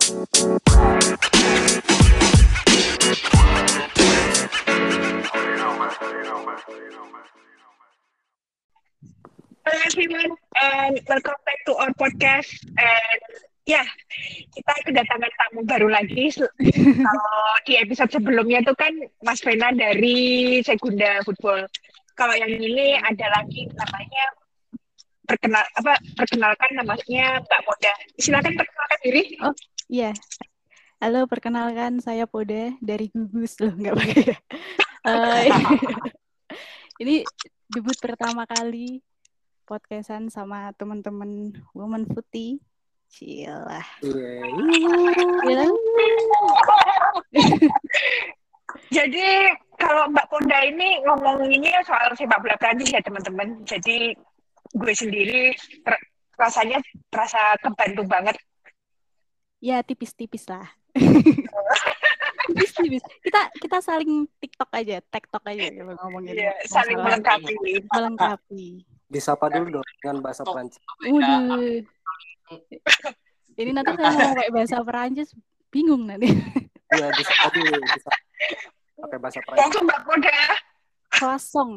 Hello everyone, and welcome back to our podcast. And ya, kita kedatangan tamu baru lagi. Kalau di episode sebelumnya tuh kan Mas Vena dari Segunda Football. Kalau yang ini ada lagi namanya perkenalkan namanya Mbak Moda. Silakan perkenalkan diri. Oh iya, halo, perkenalkan saya Poda dari Gugus loh, nggak pakai ya. Ini debut pertama kali podcastan sama teman-teman Woman Footy. Cilah. Jadi kalau Mbak Poda ini ngomonginnya soal sepak bola Prancis ya teman-teman. Jadi gue sendiri rasanya terasa kebantu banget. Ya tipis-tipis lah. Tipis-tipis. Kita saling TikTok aja kalau ngomongin. Iya, saling melengkapi. Disapa dulu dong dengan bahasa Prancis. Waduh. Ini nanti saya mau pakai bahasa Perancis, bingung nanti. Iya, disapa dulu. Pakai bahasa Prancis. Langsung Mbak Poda. Croissant.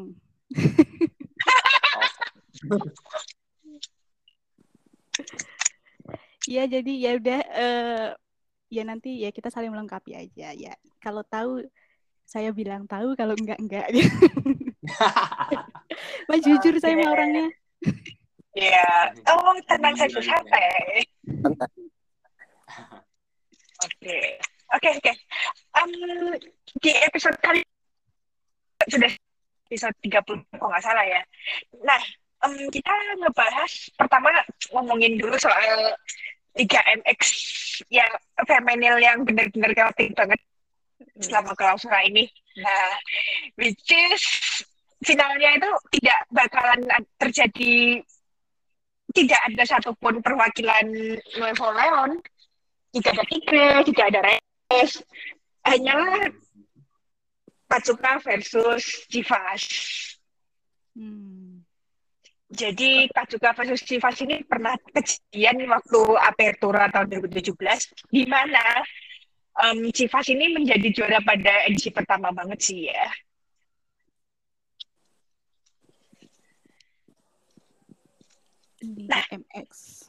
Ya jadi ya udah ya nanti ya kita saling melengkapi aja ya. Kalau tahu saya bilang tahu, kalau enggak. Mas jujur saya mah orangnya. Iya. Oh, tenang saja, santai. Oke. Di episode kali sudah episode 30 kok nggak salah ya. Nah, kita ngebahas pertama ngomongin dulu soal Liga MX yang femenil yang benar-benar chaotic banget selama klausura ini. Nah, which is finalnya itu tidak bakalan terjadi, tidak ada satupun perwakilan Nuevo Leon, tidak ada Tigres, tidak ada Reyes, hanyalah Pachuca versus Chivas. Jadi Pachuca versus Chivas ini pernah kejadian waktu Apertura tahun 2017, di mana Chivas ini menjadi juara pada edisi pertama banget sih ya. Nah, MX.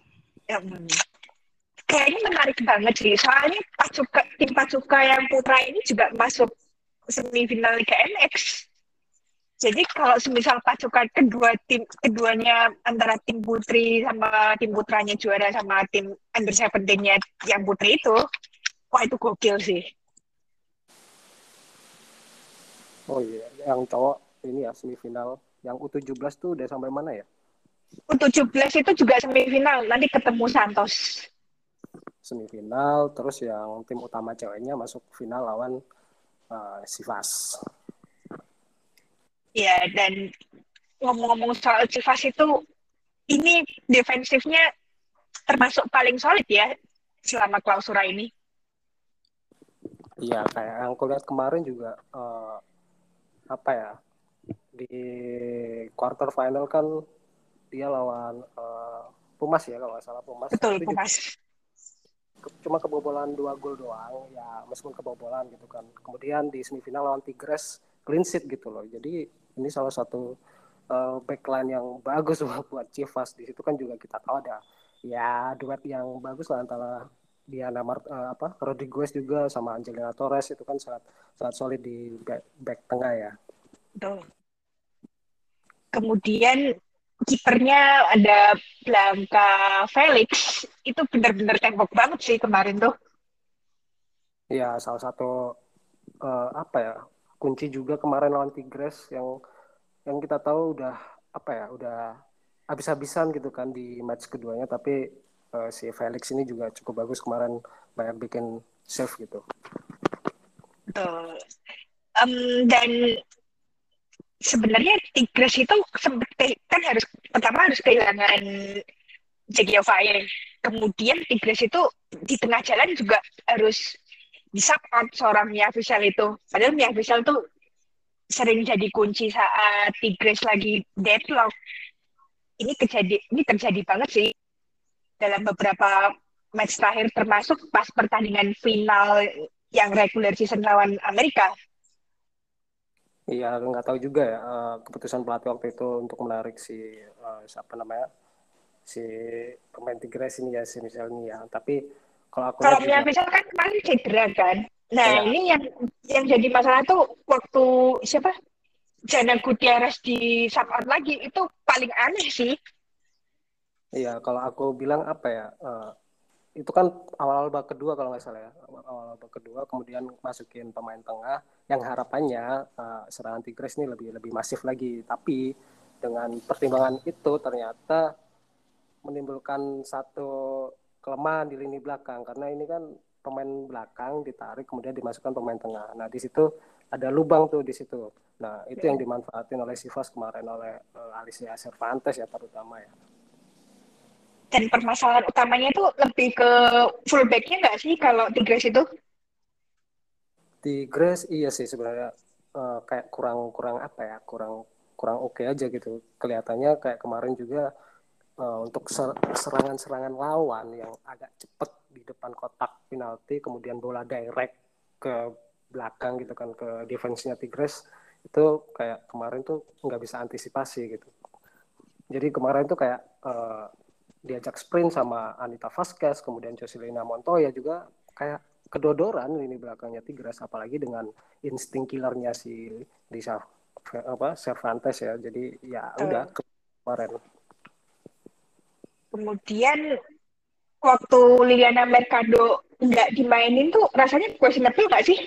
Kayaknya menarik banget sih, soalnya tim Pachuca yang putra ini juga masuk semifinal Liga MX. Jadi kalau semisal Pachuca keduanya antara tim putri sama tim putranya juara sama tim under 17-nya yang putri itu, wah itu gokil sih. Oh iya, yang cowok ini ya semifinal. Yang U17 tuh udah sampai mana ya? U17 itu juga semifinal, nanti ketemu Santos. Semifinal, terus yang tim utama ceweknya masuk final lawan Chivas. Ya, dan ngomong-ngomong soal Chivas itu, ini defensifnya termasuk paling solid ya selama klausura ini. Iya, kayak yang aku lihat kemarin juga di quarter final kan dia lawan Pumas ya, kalau nggak salah Pumas. Betul, itu Pumas. Cuma kebobolan 2 gol doang, ya meskipun kebobolan gitu kan. Kemudian di semifinal lawan Tigres clean sheet gitu loh. Jadi ini salah satu backline yang bagus buat Chivas. Di situ kan juga kita tahu ada ya duet yang bagus lah antara Diana Rodriguez juga sama Angelina Torres, itu kan sangat solid di back tengah ya. Betul. Kemudian kipernya ada Blanca Felix, itu benar-benar tembok banget sih kemarin tuh. Ya, salah satu kunci juga kemarin lawan Tigres yang kita tahu udah habis-habisan gitu kan di match keduanya, tapi si Felix ini juga cukup bagus kemarin, banyak bikin save gitu. Betul. Dan sebenarnya Tigres itu kan harus kehilangan Jagiellovae. Kemudian Tigres itu di tengah jalan juga harus di-support seorang Mia Fischel itu. Padahal Mia Fischel tuh sering jadi kunci saat Tigres lagi deadlock. Ini terjadi banget sih dalam beberapa match terakhir termasuk pas pertandingan final yang regular season lawan Amerika. Iya, nggak tahu juga ya keputusan pelatih waktu itu untuk menarik si siapa namanya si pemain Tigres ini ya si Michel ini ya. Tapi kalau aku Kalau lihat juga, Mia kan kemarin cedera kan. Nah ya, ini yang jadi masalah tuh waktu siapa Jana Gutierrez di sub out lagi itu paling aneh sih. iya kalau aku bilang apa ya, itu kan awal-awal babak kedua kalau nggak salah ya, awal-awal babak kedua kemudian masukin pemain tengah yang harapannya serangan Tigres ini lebih lebih masif lagi. Tapi dengan pertimbangan itu ternyata menimbulkan satu kelemahan di lini belakang karena ini kan pemain belakang ditarik kemudian dimasukkan pemain tengah. Nah di situ ada lubang tuh di situ. Nah itu yang dimanfaatin oleh Sivas kemarin oleh Alicia Cervantes ya terutama ya. Dan permasalahan utamanya itu lebih ke fullbacknya nggak sih kalau Tigres itu? Tigres iya sih sebenarnya kayak kurang kurang apa ya kurang kurang oke aja gitu. Kelihatannya kayak kemarin juga untuk serangan-serangan lawan yang agak cepat di depan kotak penalti kemudian bola direct ke belakang gitu kan ke defense-nya Tigres itu kayak kemarin tuh nggak bisa antisipasi gitu. Jadi kemarin tuh kayak diajak sprint sama Anita Vasquez kemudian Jocelyn Montoya juga kayak kedodoran lini belakangnya Tigres apalagi dengan insting killernya si Lisa Cervantes ya. Jadi ya udah kemarin. Kemudian waktu Liliana Mercado nggak dimainin tuh rasanya questionable nggak sih?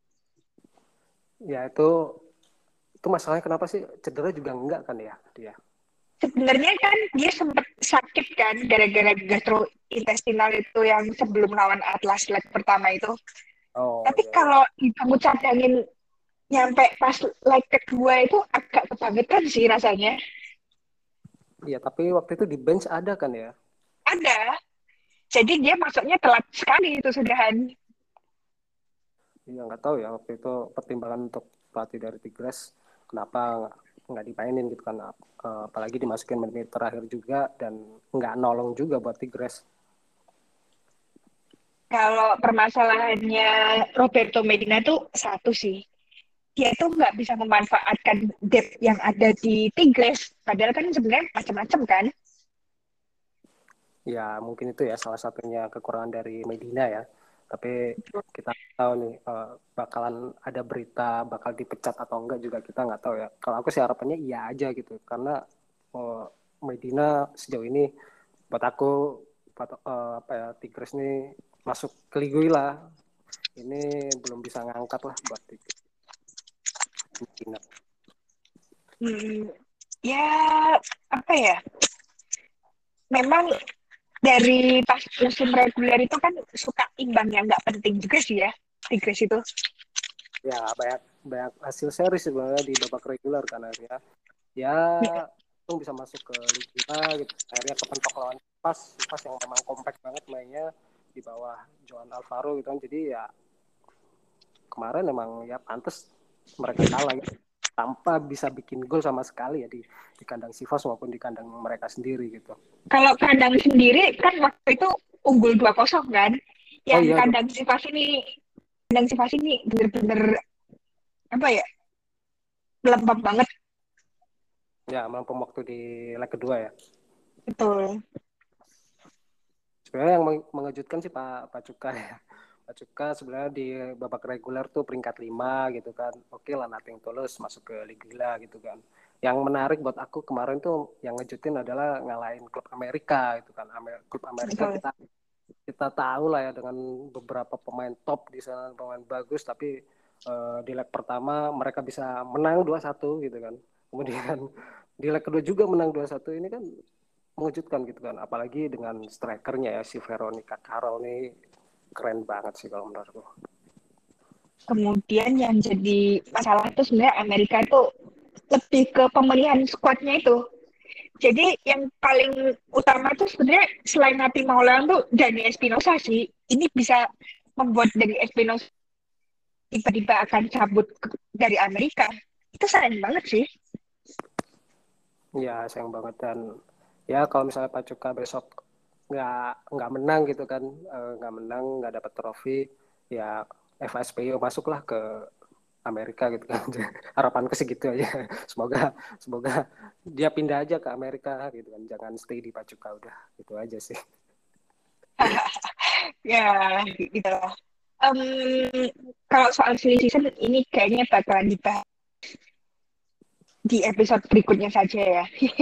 Ya itu masalahnya kenapa sih cedera juga enggak kan ya dia. Sebenarnya kan dia sempat sakit kan gara-gara gastrointestinal itu yang sebelum lawan Atlas leg pertama itu. Oh Tapi iya iya. kalau kamu cadangin nyampe pas leg kedua itu agak kebangetan sih rasanya. Iya tapi waktu itu di bench ada kan ya. Ada. Jadi dia masuknya telat sekali itu sudahan. Iya nggak tahu ya waktu itu pertimbangan untuk pelatih dari Tigres kenapa nggak dimainin gitu kan. Apalagi dimasukin menit terakhir juga dan nggak nolong juga buat Tigres. Kalau permasalahannya Roberto Medina tuh satu sih. Dia tuh nggak bisa memanfaatkan depth yang ada di Tigres. Padahal kan sebenarnya macam-macam kan. Ya mungkin itu ya salah satunya kekurangan dari Medina ya. Tapi kita tahu nih bakalan ada berita bakal dipecat atau enggak juga kita nggak tahu ya. Kalau aku sih harapannya iya aja gitu karena uh, Medina sejauh ini buat aku apa ya Tigres ini masuk ke Liga lah. Ini belum bisa ngangkat lah buat Tigres. Medina. Hmm, ya apa ya? Memang dari pas musim reguler itu kan suka imbang yang nggak penting juga sih ya Tigres itu. Ya banyak banyak hasil seri sebenarnya di babak reguler kan akhirnya ya untung bisa masuk ke Liga gitu akhirnya kepentok lawan Pas yang memang kompak banget mainnya di bawah Johan Alvaro gitu kan jadi ya kemarin emang ya pantas mereka kalah gitu. Tanpa bisa bikin gol sama sekali ya di kandang Sivas maupun di kandang mereka sendiri gitu. Kalau kandang sendiri kan waktu itu unggul 2-0 kan. Oh Yang iya, kandang Sivas ini bener-bener apa ya? Lembab banget. ya mampu waktu di leg kedua ya. Betul. Sebenarnya yang mengejutkan sih Pak Cuka ya. Pak Cuka sebenarnya di babak reguler tuh peringkat 5 gitu kan. Oke lah nothing tulus masuk ke Liga gitu kan. Yang menarik buat aku kemarin tuh yang ngejutin adalah ngalahin klub Amerika gitu kan. Klub Amerika Betul. kita tahu lah ya dengan beberapa pemain top di sana pemain bagus tapi di leg pertama mereka bisa menang 2-1 gitu kan. Kemudian di leg kedua juga menang 2-1 ini kan mengejutkan gitu kan apalagi dengan strikernya ya si Veronica Carroll nih keren banget sih kalau menurutku. Kemudian yang jadi masalah itu sebenarnya Amerika itu lebih ke pemilihan skuadnya itu. Jadi yang paling utama itu sebenarnya selain Napi Maulana tuh Dani Espinosa sih. Ini bisa membuat Dani Espinosa tiba-tiba akan cabut dari Amerika. Itu sayang banget sih. Ya sayang banget dan ya kalau misalnya Pak Cuka besok nggak menang gitu kan, nggak menang, nggak dapat trofi, ya FSPO masuklah ke Amerika gitu kan. Harapanku sih gitu aja. Semoga semoga dia pindah aja ke Amerika gitu kan, jangan stay di Pachuca, udah gitu aja sih. Ya, gitu lah. Em, Kalau soal silly season ini kayaknya bakalan dibahas di episode berikutnya saja ya.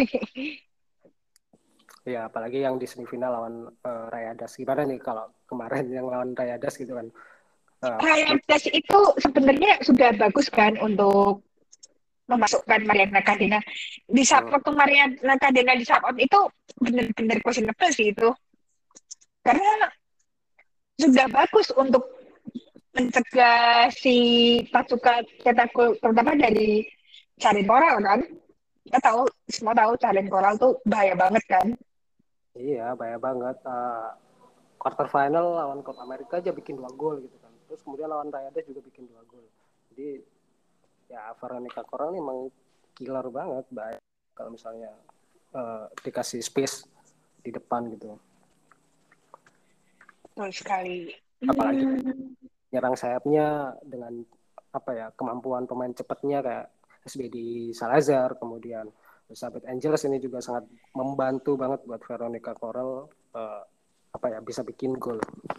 Ya apalagi yang di semifinal lawan Rayadas, gimana nih kalau kemarin yang lawan Rayadas gitu kan. Rayadas itu sebenarnya sudah bagus kan untuk memasukkan Mariana Candena. Di saat waktu Mariana Candena di saat out itu benar-benar questionable sih itu. Karena sudah bagus untuk mencegah si Pachuca cetak gol, terutama dari Carin Coral kan. Kita tahu, semua tahu Carin Coral tuh bahaya banget kan. Iya, bahaya banget. Quarter final lawan Klub Amerika aja bikin 2 gol gitu kan. Terus kemudian lawan Rayadas juga bikin 2 gol. Jadi ya Veronica Coral ini emang killer banget, bahaya kalau misalnya dikasih space di depan gitu. Betul sekali. Apalagi nyerang sayapnya dengan apa ya, kemampuan pemain cepatnya kayak SBD Salazar, kemudian Elizabeth Angeles ini juga sangat membantu banget buat Veronica Coral apa ya, bisa bikin gol.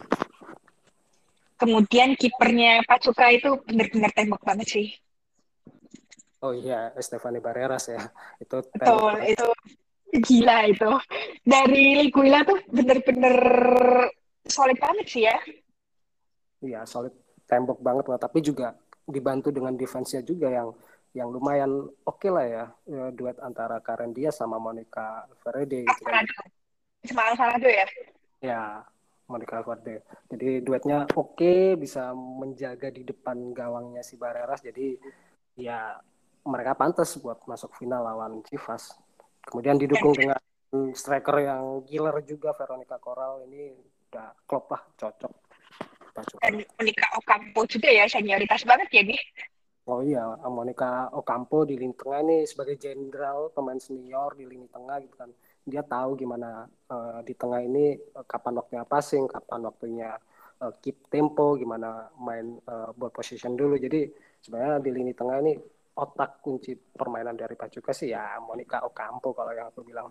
Kemudian kipernya Pachuca itu benar-benar tembak banget sih. Oh iya, Estefany Barreras ya, itu tembak Betul, banget. itu gila itu. Dari Liguila tuh benar-benar solid banget sih ya. Iya, solid, tembok banget lah, tapi juga dibantu dengan defense-nya juga yang lumayan oke lah ya, duet antara Karen Diaz sama Monica Verede gitu kan. Alvarado ya. Ya, Monica Verede. Jadi duetnya oke, bisa menjaga di depan gawangnya si Barreras. Jadi ya mereka pantas buat masuk final lawan Chivas. Kemudian Dan, didukung dengan striker yang killer juga, Veronica Coral, ini udah klop lah, cocok Pachuca. dan Monica Ocampo juga ya, senioritas banget ya, Bi. Oh iya, Monica Ocampo di lini tengah ini sebagai jenderal, pemain senior di lini tengah gitu kan. Dia tahu gimana di tengah ini kapan waktunya passing, kapan waktunya keep tempo, gimana main ball position dulu. Jadi sebenarnya di lini tengah ini otak kunci permainan dari Pachuca sih ya Monica Ocampo kalau yang aku bilang.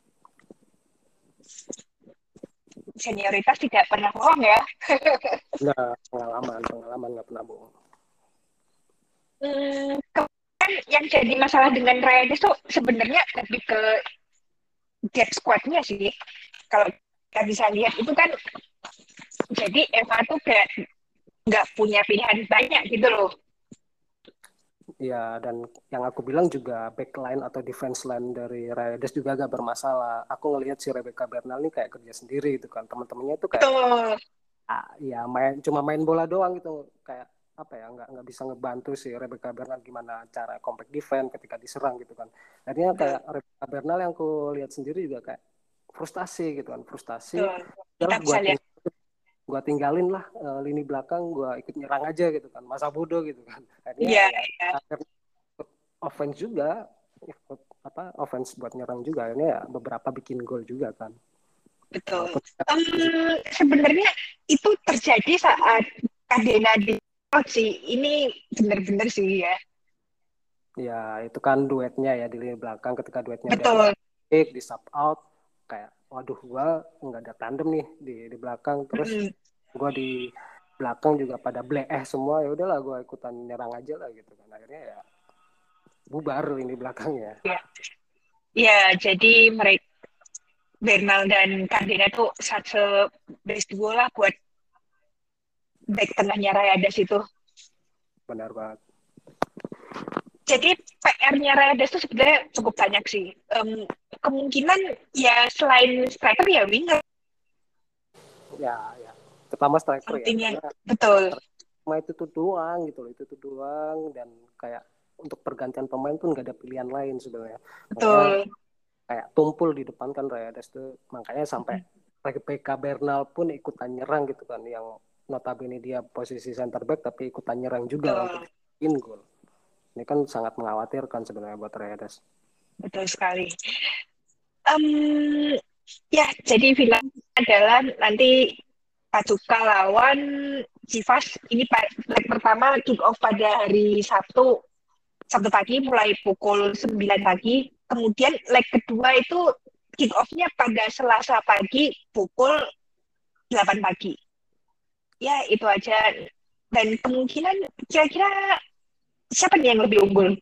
Senioritas tidak pernah bohong ya. Nah, pengalaman nggak pernah bohong. Kemudian yang jadi masalah dengan Reyes tuh sebenarnya lebih ke depth squad-nya sih. Kalau kita bisa lihat itu kan, jadi Eva tuh kayak nggak punya pilihan banyak gitu loh. Ya, dan yang aku bilang juga backline atau defense line dari Raiders juga agak bermasalah. Aku ngelihat si Rebecca Bernal ini kayak kerja sendiri gitu kan. Teman-temannya tuh kayak Betul. ya cuma main bola doang gitu. Kayak apa ya, nggak bisa ngebantu si Rebecca Bernal gimana cara compact defense ketika diserang gitu kan. Akhirnya kayak Rebecca Bernal yang aku lihat sendiri juga kayak frustasi gitu kan. Frustasi, Betul. Kita udahlah bisa lihat. gua tinggalin lah lini belakang, gua ikut nyerang aja gitu kan, masa bodoh gitu kan. Akhirnya Iya, ya ya. offense juga, offense buat nyerang juga, akhirnya ya beberapa bikin gol juga kan. Betul. Walaupun Sebenarnya itu terjadi saat Cadena di out sih. Ini benar-benar sih ya. ya itu kan duetnya ya di lini belakang, ketika duetnya udah Betul. di sub out, kayak waduh gua nggak ada tandem nih di belakang, terus gua di belakang juga pada semua, ya udahlah gua ikutan nyerang aja lah gitu kan. Akhirnya ya bubar lini belakangnya. Ya. Ya, jadi mereka Bernal dan Candena tuh satu best duo lah buat back tengahnya Rayadas itu. Benar banget. Jadi PR-nya Rayadas itu sebenarnya cukup banyak sih. Kemungkinan ya selain striker ya winger. Ya, terutama striker ya, Artinya, karena betul. cuma itu tuh doang gitu loh, itu tuh doang, dan kayak untuk pergantian pemain pun nggak ada pilihan lain sebenarnya. Makanya Betul. kayak tumpul di depan kan Rayadas tuh, makanya sampai PK Bernal pun ikutan nyerang gitu kan, yang notabene dia posisi center back tapi ikutan nyerang juga Betul. untuk bikin gol. Ini kan sangat mengkhawatirkan sebenarnya buat Rayadas. Betul sekali. Ya, jadi film adalah nanti Pachuca lawan Chivas. Ini leg pertama kick off pada hari Sabtu pagi mulai pukul 9 pagi. Kemudian leg kedua itu kick off-nya pada Selasa pagi pukul 8 pagi. Ya, itu aja. Dan kemungkinan kira-kira siapa nih yang lebih unggul?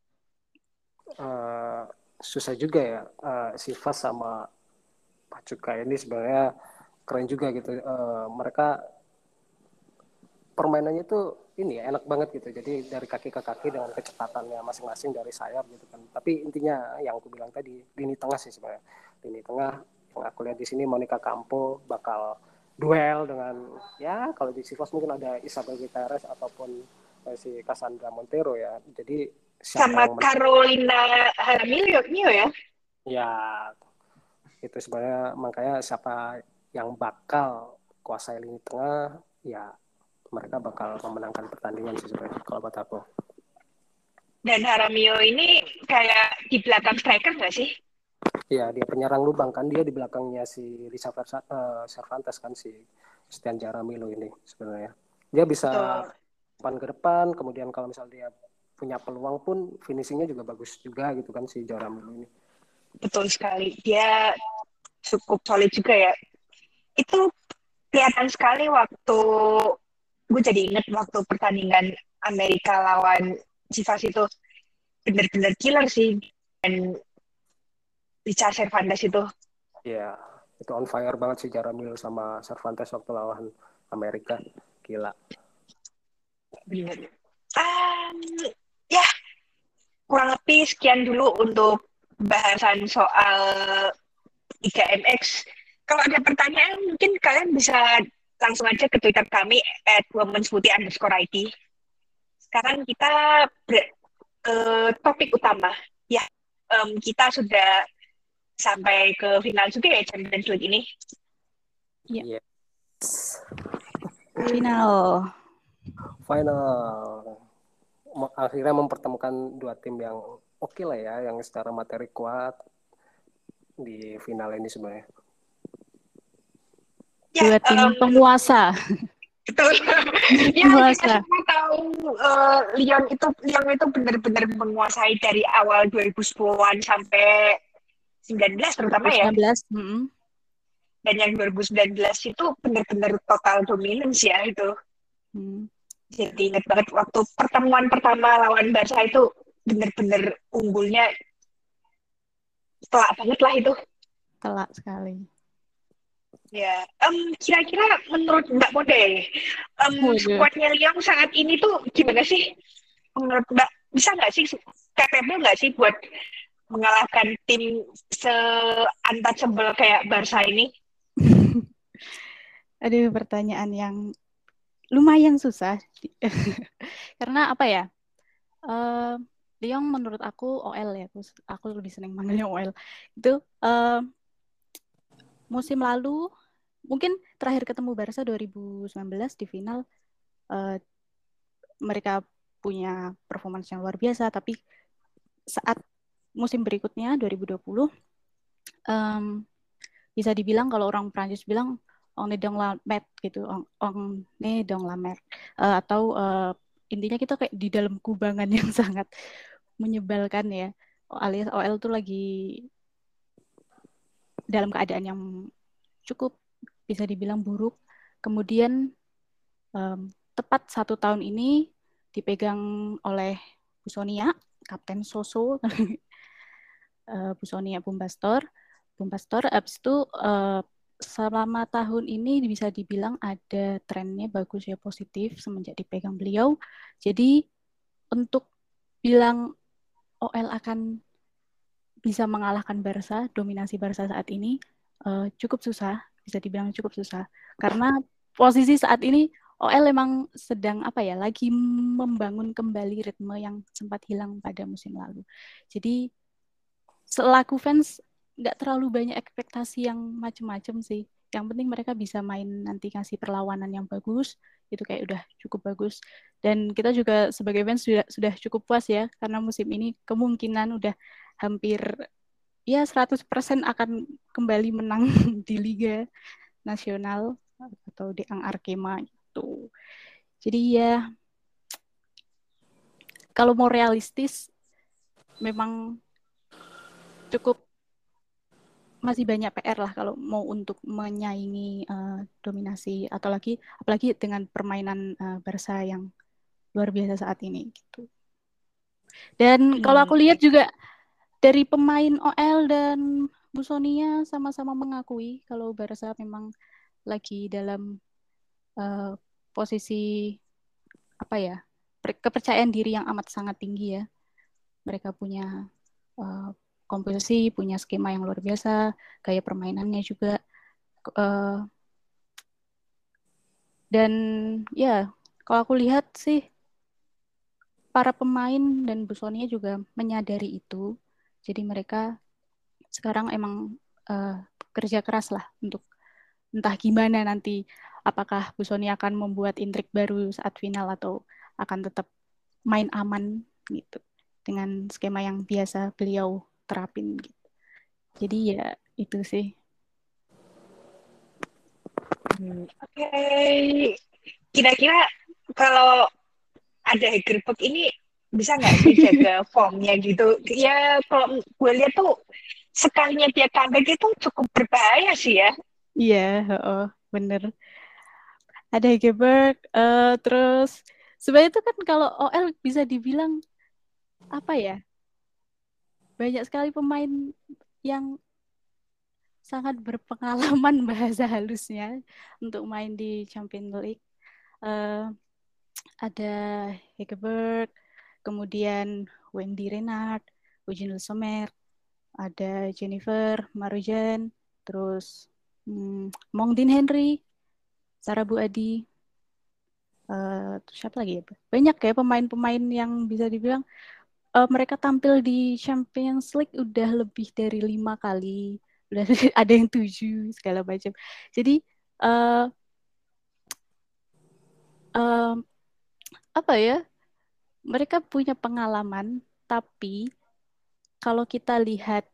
Susah juga ya. Chivas sama Pachuca ini sebenarnya keren juga gitu. Mereka permainannya tuh ini ya, enak banget gitu. Jadi dari kaki ke kaki dengan kecepatannya masing-masing dari sayap gitu kan. Tapi intinya yang aku bilang tadi, lini tengah sih sebenarnya. Lini tengah yang aku lihat di sini Monica Campo bakal duel dengan ya kalau di Chivas mungkin ada Isabel Gutierrez ataupun si Cassandra Montero ya. Jadi siapa Sama yang Carolina Jaramillo ya? ya itu sebenarnya makanya siapa yang bakal kuasai lini tengah ya mereka bakal memenangkan pertandingan sih sebenarnya kalau buat aku. Dan Jaramillo ini kayak di belakang striker nggak sih? Iya, dia penyerang lubang kan, dia di belakangnya si Lisa Cervantes kan, si Stian Jaramillo ini sebenarnya. Dia bisa depan ke depan, kemudian kalau misal dia punya peluang pun finishingnya juga bagus juga gitu kan si Jaramillo ini. Betul sekali, dia cukup solid juga ya. Itu kelihatan sekali waktu, gue jadi inget waktu pertandingan Amerika lawan Chivas itu bener-bener killer sih. Dan Lisa Cervantes itu. Iya, itu on fire banget sih Jaramillo sama Cervantes waktu lawan Amerika. Gila. Bener. Ya, kurang lebih sekian dulu untuk bahasan soal Liga MX. Kalau ada pertanyaan, mungkin kalian bisa langsung aja ke Twitter kami @womensfooty_id. Sekarang kita ke topik utama. Ya, kita sudah sampai ke final juga ya Champions League ini. Iya. Yes. Final. Akhirnya mempertemukan dua tim yang oke lah ya, yang secara materi kuat di final ini sebenarnya. Dua tim penguasa. Betul. Ya, kita semua tahu Lyon itu benar-benar menguasai dari awal 2010-an sampai 19 terutama 2019, ya. Dan yang 2019 itu benar-benar total dominance ya itu. Jadi ingat banget waktu pertemuan pertama lawan Barca itu benar-benar unggulnya telak banget lah itu. Telak sekali. Ya, kira-kira menurut Mbak Mode, skuadnya Lyon saat ini tuh gimana sih? Menurut Mbak, bisa nggak sih, capable nggak sih buat mengalahkan tim se-untouchable kayak Barca ini? Aduh, pertanyaan yang lumayan susah. Karena apa ya? Lyon menurut aku OL ya, aku lebih seneng manggilnya OL. Itu musim lalu mungkin terakhir ketemu Barca 2019 di final, mereka punya performance yang luar biasa, tapi saat musim berikutnya 2020 bisa dibilang kalau orang Prancis bilang on est dans la merde gitu, on est dans la merde, atau intinya kita kayak di dalam kubangan yang sangat menyebalkan ya, alias OL tuh lagi dalam keadaan yang cukup bisa dibilang buruk. Kemudian tepat 1 tahun ini dipegang oleh Busonia, Kapten Soso, Busonia Bumbastor. Abis itu selama tahun ini bisa dibilang ada trennya bagus ya, positif semenjak dipegang beliau. Jadi untuk bilang OL akan bisa mengalahkan Barca, dominasi Barca saat ini cukup susah, bisa dibilang cukup susah. Karena posisi saat ini OL emang sedang lagi membangun kembali ritme yang sempat hilang pada musim lalu. Jadi selaku fans nggak terlalu banyak ekspektasi yang macam-macam sih. Yang penting mereka bisa main nanti, kasih perlawanan yang bagus, itu kayak udah cukup bagus. Dan kita juga sebagai fans sudah cukup puas ya, karena musim ini kemungkinan udah hampir ya 100% akan kembali menang di Liga. nasional atau di Ang Arkema gitu. Jadi ya kalau mau realistis memang cukup masih banyak PR lah kalau mau untuk menyaingi dominasi atau apalagi dengan permainan Barca yang luar biasa saat ini gitu. Dan kalau aku lihat juga dari pemain OL dan Busonia sama-sama mengakui kalau Barca memang lagi dalam posisi apa ya, kepercayaan diri yang amat sangat tinggi ya. Mereka punya komposisi, punya skema yang luar biasa, gaya permainannya juga. Dan ya, kalau aku lihat sih, para pemain dan Busonia juga menyadari itu. Jadi mereka sekarang emang kerja keras lah untuk entah gimana nanti, apakah Busonia akan membuat intrik baru saat final atau akan tetap main aman gitu dengan skema yang biasa beliau terapin gitu. Jadi ya itu sih. Oke. Kira-kira kalau ada Hegerberg ini bisa nggak sih jaga formnya gitu? Ya kalau gue lihat tuh sekalinya dia comeback itu cukup berbahaya sih ya. Iya, bener. Ada Hegerberg, terus sebenarnya itu kan kalau OL bisa dibilang apa ya? Banyak sekali pemain yang sangat berpengalaman bahasa halusnya untuk main di Champions League. Ada Hegerberg, kemudian Wendy Renard, Eugene Le Sommer, ada Jennifer Marujan, terus Mongdin Henry, Sarah Buadi, terus siapa lagi ya? Banyak ya pemain-pemain yang bisa dibilang mereka tampil di Champions League udah lebih dari 5 kali, udah ada yang 7 segala macam. Jadi apa ya? Mereka punya pengalaman, tapi kalau kita lihat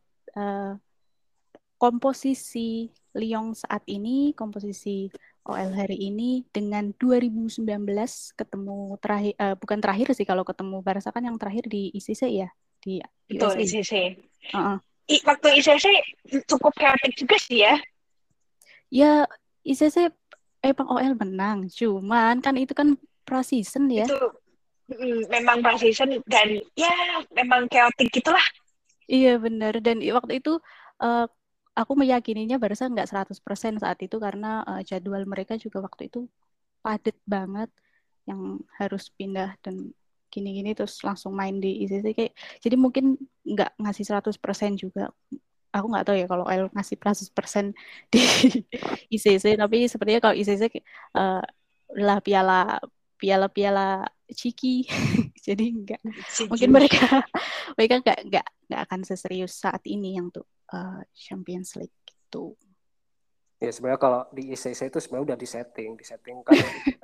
komposisi Lyon saat ini, komposisi OL hari ini dengan 2019 ketemu terakhir, bukan terakhir sih kalau ketemu Barca kan yang terakhir di ICC ya, di Betul, USA. ICC. Uh-uh. Waktu ICC cukup chaotic juga sih ya. Ya, ICC emang OL menang, cuman kan itu kan pra-season ya. Itu memang pra-season dan ya memang chaotic gitulah. Iya benar, dan waktu itu aku meyakininya Barca nggak 100% saat itu karena jadwal mereka juga waktu itu padat banget yang harus pindah dan gini-gini terus langsung main di ICC kayak jadi mungkin nggak ngasih 100% juga. Aku nggak tahu ya kalau OL ngasih 100% di ICC, tapi sepertinya kalau ICC lah piala ciki jadi enggak mungkin mereka nggak akan seserius saat ini yang untuk Champions League gitu. Ya sebenarnya kalau di ICC itu sebenarnya udah disetting kan.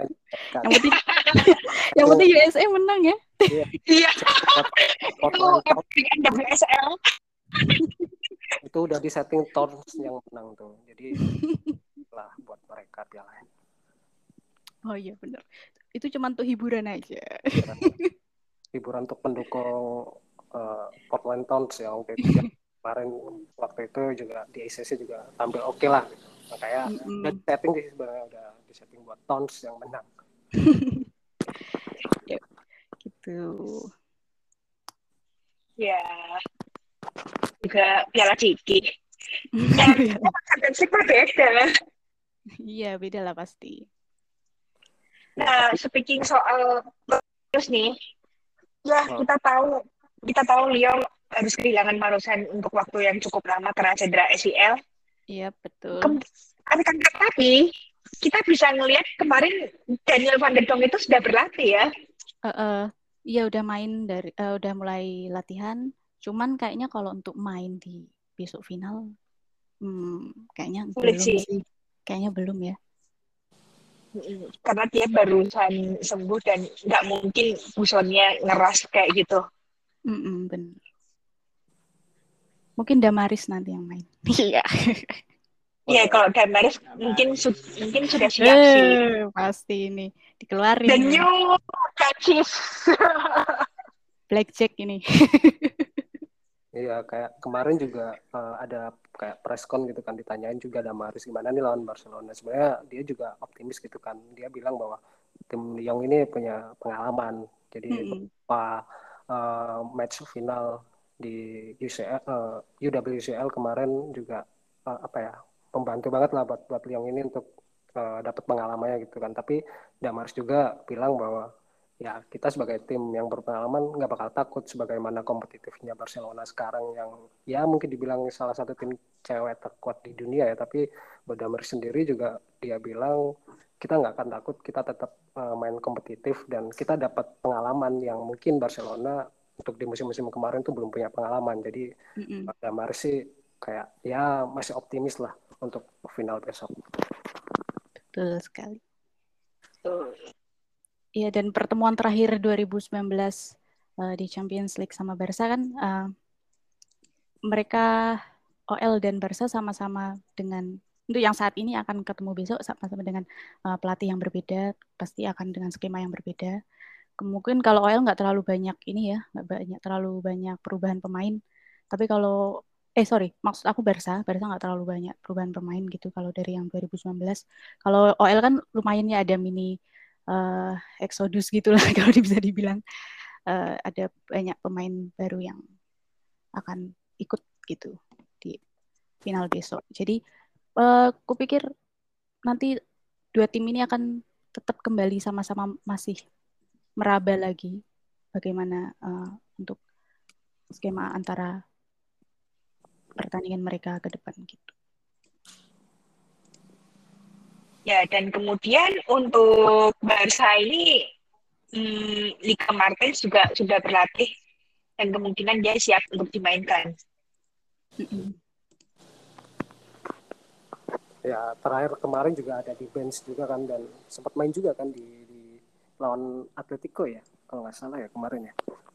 yang penting USA menang ya. Iya. Itu WSL. Itu udah disetting Thorns yang menang tuh. Jadi lah buat mereka piala. Oh iya benar. Itu cuma untuk hiburan aja. Hiburan untuk pendukung Portland Thorns yang kemarin waktu itu juga di ICC juga tampil oke lah. Makanya udah setting sih sebenarnya udah disetting buat Thorns yang menang. Ya, gitu. Ya. Juga piala ciki. Dan super beda. Iya, beda lah pasti. Nah, speaking soal terus nih, ya kita tahu Lyon harus kehilangan Marouane untuk waktu yang cukup lama karena cedera ACL. Iya, betul. Tapi kita bisa ngelihat kemarin Daniel Van der Donk itu sudah berlatih ya. Iya udah main udah mulai latihan. Cuman kayaknya kalau untuk main di besok final, kayaknya belum sih. Kayaknya belum ya. Karena dia barusan sembuh dan nggak mungkin Busonia ngeras kayak gitu. Bener. Mungkin Damaris nanti yang main. Iya. Ya, kalau Damaris mungkin sudah siap sih. Pasti ini dikeluarin. The new catches. Blackjack ini. Iya, kayak kemarin juga ada kayak press con gitu kan, ditanyain juga Damaris gimana nih lawan Barcelona. Sebenarnya dia juga optimis gitu kan. Dia bilang bahwa tim Lyon ini punya pengalaman. Jadi beberapa match final di UCL, UWCL kemarin juga apa ya, membantu banget lah buat Lyon ini untuk dapat pengalamannya gitu kan. Tapi Damaris juga bilang bahwa ya kita sebagai tim yang berpengalaman nggak bakal takut sebagaimana kompetitifnya Barcelona sekarang yang ya mungkin dibilang salah satu tim cewek terkuat di dunia ya, tapi Bodamir sendiri juga dia bilang kita nggak akan takut, kita tetap main kompetitif dan kita dapat pengalaman yang mungkin Barcelona untuk di musim-musim kemarin tuh belum punya pengalaman. Jadi Bodamir sih kayak ya masih optimis lah untuk final besok. Betul sekali. Iya, dan pertemuan terakhir 2019 di Champions League sama Barca kan mereka OL dan Barca sama-sama dengan untuk yang saat ini akan ketemu besok sama-sama dengan pelatih yang berbeda, pasti akan dengan skema yang berbeda. Mungkin kalau OL nggak terlalu banyak ini ya, nggak terlalu banyak perubahan pemain. Tapi kalau maksud aku Barca nggak terlalu banyak perubahan pemain gitu kalau dari yang 2019. Kalau OL kan lumayan ya, ada mini Exodus gitulah kalau bisa dibilang. Ada banyak pemain baru yang akan ikut gitu di final besok. Jadi aku pikir nanti dua tim ini akan tetap kembali sama-sama masih meraba lagi bagaimana untuk skema antara pertandingan mereka ke depan gitu. Ya, dan kemudian untuk Barca ini Liga Martins juga sudah berlatih dan kemungkinan dia siap untuk dimainkan. Ya, terakhir kemarin juga ada di bench juga kan, dan sempat main juga kan di lawan Atletico ya, kalau nggak salah ya kemarin ya.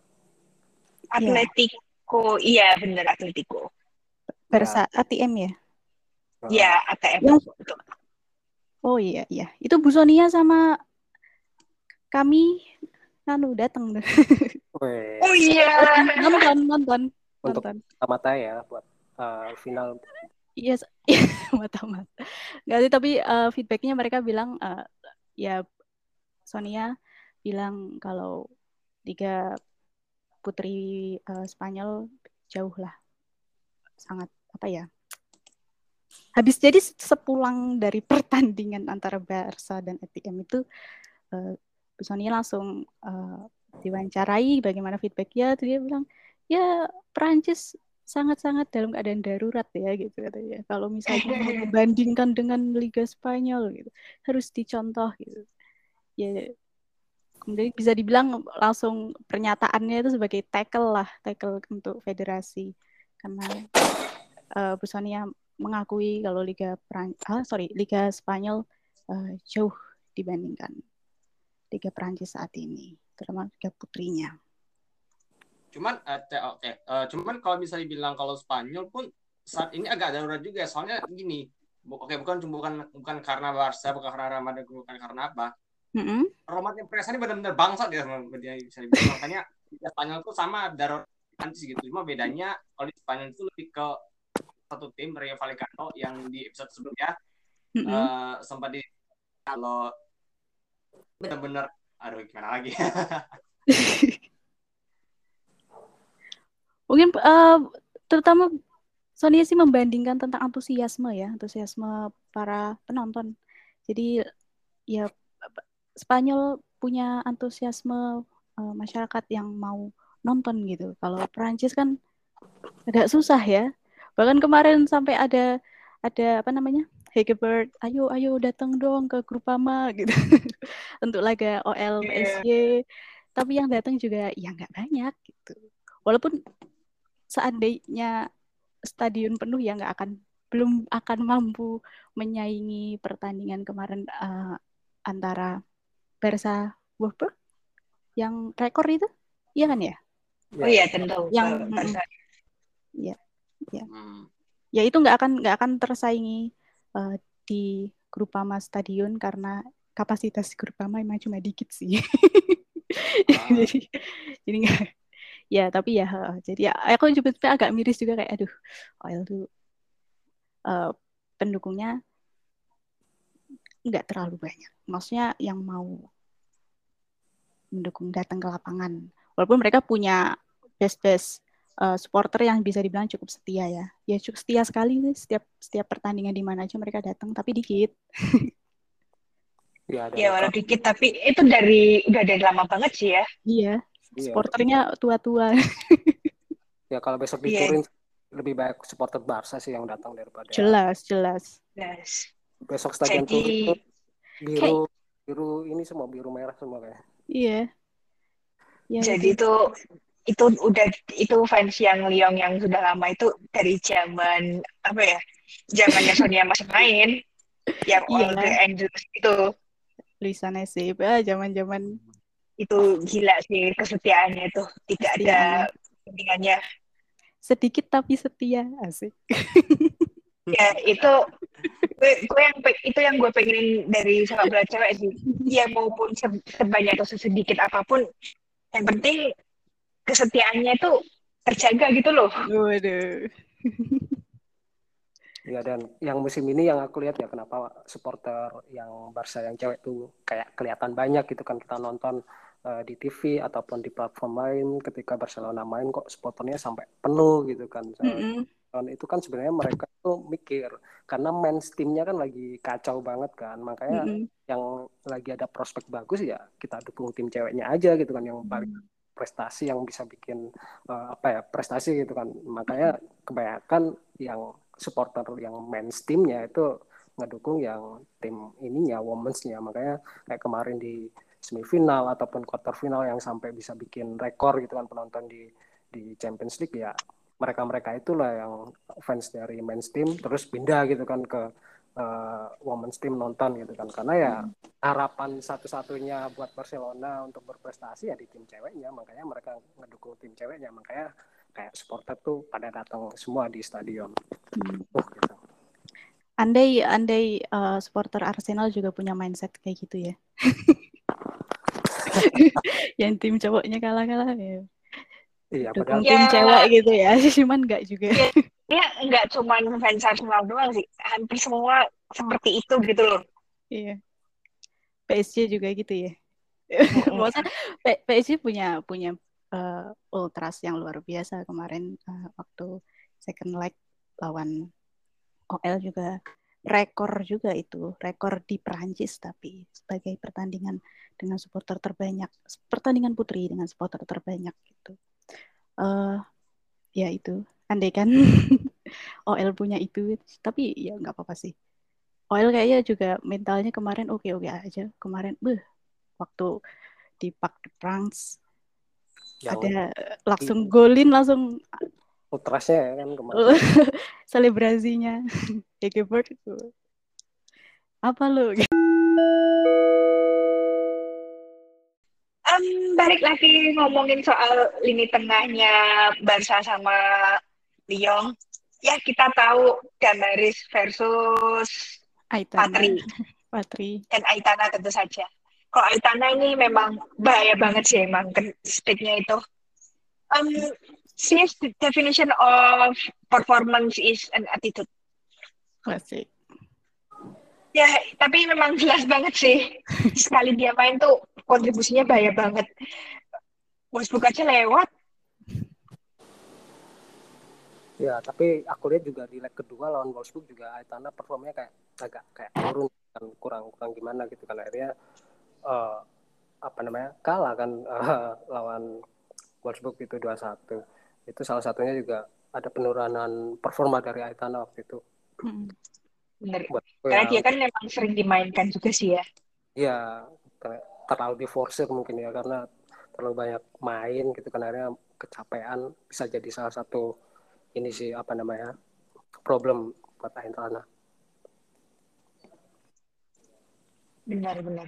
Atletico, iya benar Atletico. Barca ATM ya? Iya, ATM. Betul. Oh iya. Itu Bu Sonia sama kami datang. Oh iya. Nonton. Untuk mata ya buat final. Iya, mata-mata. Nggak sih, tapi feedbacknya mereka bilang ya Sonia bilang kalau Liga Putri Spanyol jauh lah, sangat apa ya, habis jadi sepulang dari pertandingan antara Barca dan ATM itu Bu Sonia langsung diwawancarai bagaimana feedbacknya. Dia bilang ya Prancis sangat-sangat dalam keadaan darurat ya gitu katanya. Kalau misalnya membandingkan dengan Liga Spanyol gitu, harus dicontoh gitu. Ya kemudian bisa dibilang langsung pernyataannya itu sebagai tackle untuk federasi, karena Bu Sonia mengakui kalau Liga Spanyol jauh dibandingkan Liga Prancis saat ini, terutama Liga Putrinya. Cuman cuman kalau misalnya bilang kalau Spanyol pun saat ini agak darurat juga, soalnya gini, bukan karena Barca, bukan karena Real Madrid, bukan karena apa. Romatnya Presa ini benar-benar bangsat ya, bisa dibilang. Makanya Spanyol itu sama darurat Prancis gitu. Cuma bedanya kalau di Spanyol itu lebih ke satu tim, Rayo Vallecano, yang di episode sebelumnya sempat di kalau benar-benar gimana lagi. Mungkin terutama Sonia sih membandingkan tentang antusiasme para penonton. Jadi ya Spanyol punya antusiasme masyarakat yang mau nonton gitu. Kalau Perancis kan agak susah ya. Bahkan kemarin sampai ada apa namanya, Hegebert, ayo datang dong ke Groupama gitu untuk laga OL PSG. Tapi yang datang juga ya nggak banyak gitu. Walaupun seandainya stadion penuh ya belum akan mampu menyaingi pertandingan kemarin antara Barca Wolfsburg yang rekor itu, iya kan ya? Oh iya, tentu. Yang ya itu nggak akan tersaingi di Groupama Stadion karena kapasitas Groupama emang cuma dikit sih. Jadi nggak, ya tapi ya jadi ya aku juga agak miris juga kayak aduh OL tuh pendukungnya nggak terlalu banyak. Maksudnya yang mau mendukung datang ke lapangan. Walaupun mereka punya base supporter yang bisa dibilang cukup setia ya. Ya cukup setia sekali setiap pertandingan di mana aja mereka datang, tapi dikit. Ya, Ya walau dikit, tapi itu udah dari lama banget sih ya. Iya, supporternya tua-tua. Ya kalau besok diturin lebih baik supporter Barca sih yang datang daripada. Jelas. Besok stadion Turin itu biru ini semua biru merah semua kayak. Iya. Ya, jadi itu fans yang Lyon yang sudah lama itu dari zaman apa ya? Zamannya Sonia masih main yang All the Angels itu. Luisa Nasib, zaman-zaman itu gila sih kesetiaannya itu, tidak ada kepentingannya. Sedikit tapi setia, asik. Ya itu yang gue pengenin dari sepak bola cewek sih. Ya maupun sebanyak atau sedikit apapun, yang penting kesetiaannya itu terjaga gitu loh. Waduh. Ya, dan yang musim ini yang aku lihat ya kenapa supporter yang Barca yang cewek tuh kayak kelihatan banyak gitu kan, kita nonton di TV ataupun di platform lain ketika Barcelona main kok supporternya sampai penuh gitu kan. Itu kan sebenarnya mereka tuh mikir karena men's timnya kan lagi kacau banget kan, makanya yang lagi ada prospek bagus ya kita dukung tim ceweknya aja gitu kan, yang paling prestasi yang bisa bikin prestasi gitu kan. Makanya kebanyakan yang supporter yang men's timnya itu ngedukung yang tim ininya, women's-nya. Makanya kayak kemarin di semifinal ataupun quarter final yang sampai bisa bikin rekor gitu kan penonton di Champions League, ya mereka itulah yang fans dari men's team terus pindah gitu kan ke women's team nonton gitu kan, karena ya harapan satu-satunya buat Barcelona untuk berprestasi ya di tim ceweknya, makanya mereka ngedukung tim ceweknya, makanya kayak supporter tuh pada datang semua di stadion. Gitu. Andai supporter Arsenal juga punya mindset kayak gitu ya. Yang tim cowoknya kalah-kalah ya. Iya, dukung tim cewek gitu ya, cuman enggak juga. Ya enggak cuma fans Arsenal doang sih, hampir semua seperti itu gitu loh. Iya. PSG juga gitu ya. Maksudnya PSG punya ultras yang luar biasa kemarin waktu second leg lawan OL juga rekor juga itu, rekor di Perancis tapi sebagai pertandingan dengan supporter terbanyak, pertandingan putri dengan supporter terbanyak gitu. Ya itu, andai kan OL punya itu, tapi ya nggak apa-apa sih. OL kayaknya juga mentalnya kemarin oke-oke aja. Kemarin, waktu di Parc de France ada langsung golin, langsung ultrasnya kan kemarin. selebrasinya. Hegebert itu. Apa lo? Balik lagi ngomongin soal lini tengahnya Barca sama Lyon. Ya kita tahu Damaris versus Patri. Dan Aitana tentu saja. Kalau Aitana ini memang bahaya banget sih emang sticknya itu. Since the definition of performance is an attitude. Klasik. Ya, tapi memang jelas banget sih. Sekali dia main tuh kontribusinya bahaya banget. Wolfsburg aja lewat. Ya, tapi aku lihat juga di leg kedua lawan Wolfsburg juga Aitana performnya agak turun kan, kurang gimana gitu kan, akhirnya kalah kan lawan Wolfsburg itu 2-1. Itu salah satunya juga ada penurunan performa dari Aitana waktu itu. Bener. Karena dia kan memang sering dimainkan juga sih ya. Iya, terlalu diforsir mungkin ya, karena terlalu banyak main gitu kan, akhirnya kecapean, bisa jadi salah satu ini sih problem buat Aitana. Benar.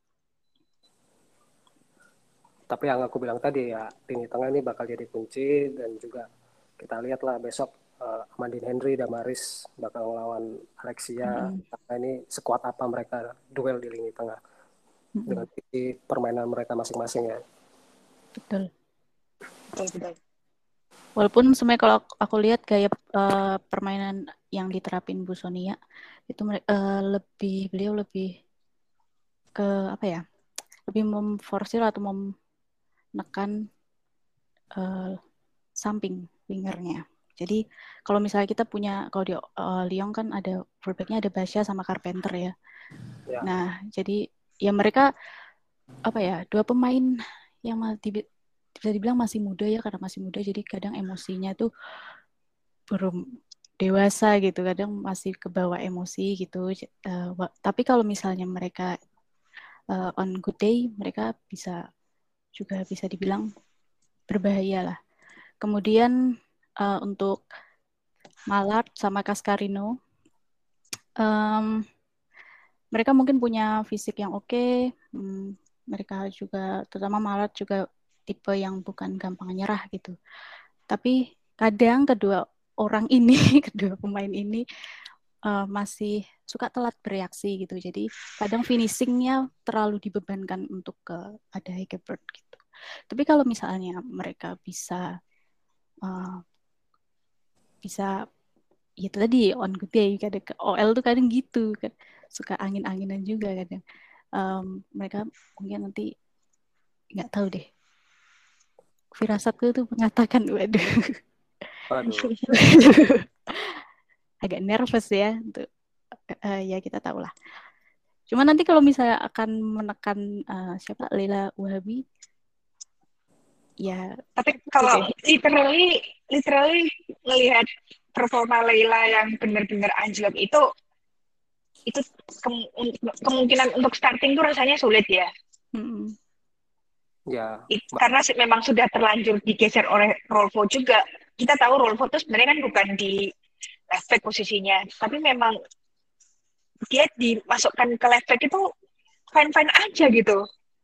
Tapi yang aku bilang tadi ya, lini tengah ini bakal jadi kunci, dan juga kita lihatlah besok Amandine Henry, Damaris bakal ngelawan Alexia. Karena ini sekuat apa mereka duel di lini tengah dengan permainan mereka masing-masing ya. Betul. Betul. Walaupun sebenarnya kalau aku lihat gaya permainan yang diterapin Bu Sonia itu beliau lebih ke apa ya? Lebih memforsir atau menekan samping wingernya. Jadi kalau misalnya kita punya, kalau di Lyon kan ada fullbacknya ada Basya sama Carpenter ya. Nah jadi ya mereka apa ya, dua pemain yang bisa dibilang masih muda ya, karena masih muda jadi kadang emosinya tuh belum dewasa gitu, kadang masih kebawa emosi gitu. Tapi kalau misalnya mereka on good day, mereka juga bisa dibilang berbahaya lah. Kemudian untuk Mallard sama Cascarino, mereka mungkin punya fisik yang oke. Mereka juga, terutama Mallard juga tipe yang bukan gampang nyerah gitu. Tapi kadang kedua orang ini, kedua pemain ini masih suka telat bereaksi gitu. Jadi kadang finishingnya terlalu dibebankan untuk ada Hegerberg gitu. Tapi kalau misalnya mereka bisa ya tadi on good day, kadang OL tuh kadang gitu kan, suka angin-anginan juga kadang. Mereka mungkin nanti nggak tahu deh. Firasatku tuh mengatakan waduh. Agak nervous ya untuk ya kita tahu lah. Cuma nanti kalau misalnya akan menekan siapa Leila Wahabi ya. Tapi kalau literally melihat performa Leila yang benar-benar anjlok itu kemungkinan untuk starting tuh rasanya sulit ya. Ya. Karena memang sudah terlanjur digeser oleh Rolfo juga. Kita tahu Rolfo itu sebenarnya kan bukan di left back posisinya, tapi memang dia dimasukkan ke left back itu fine-fine aja gitu.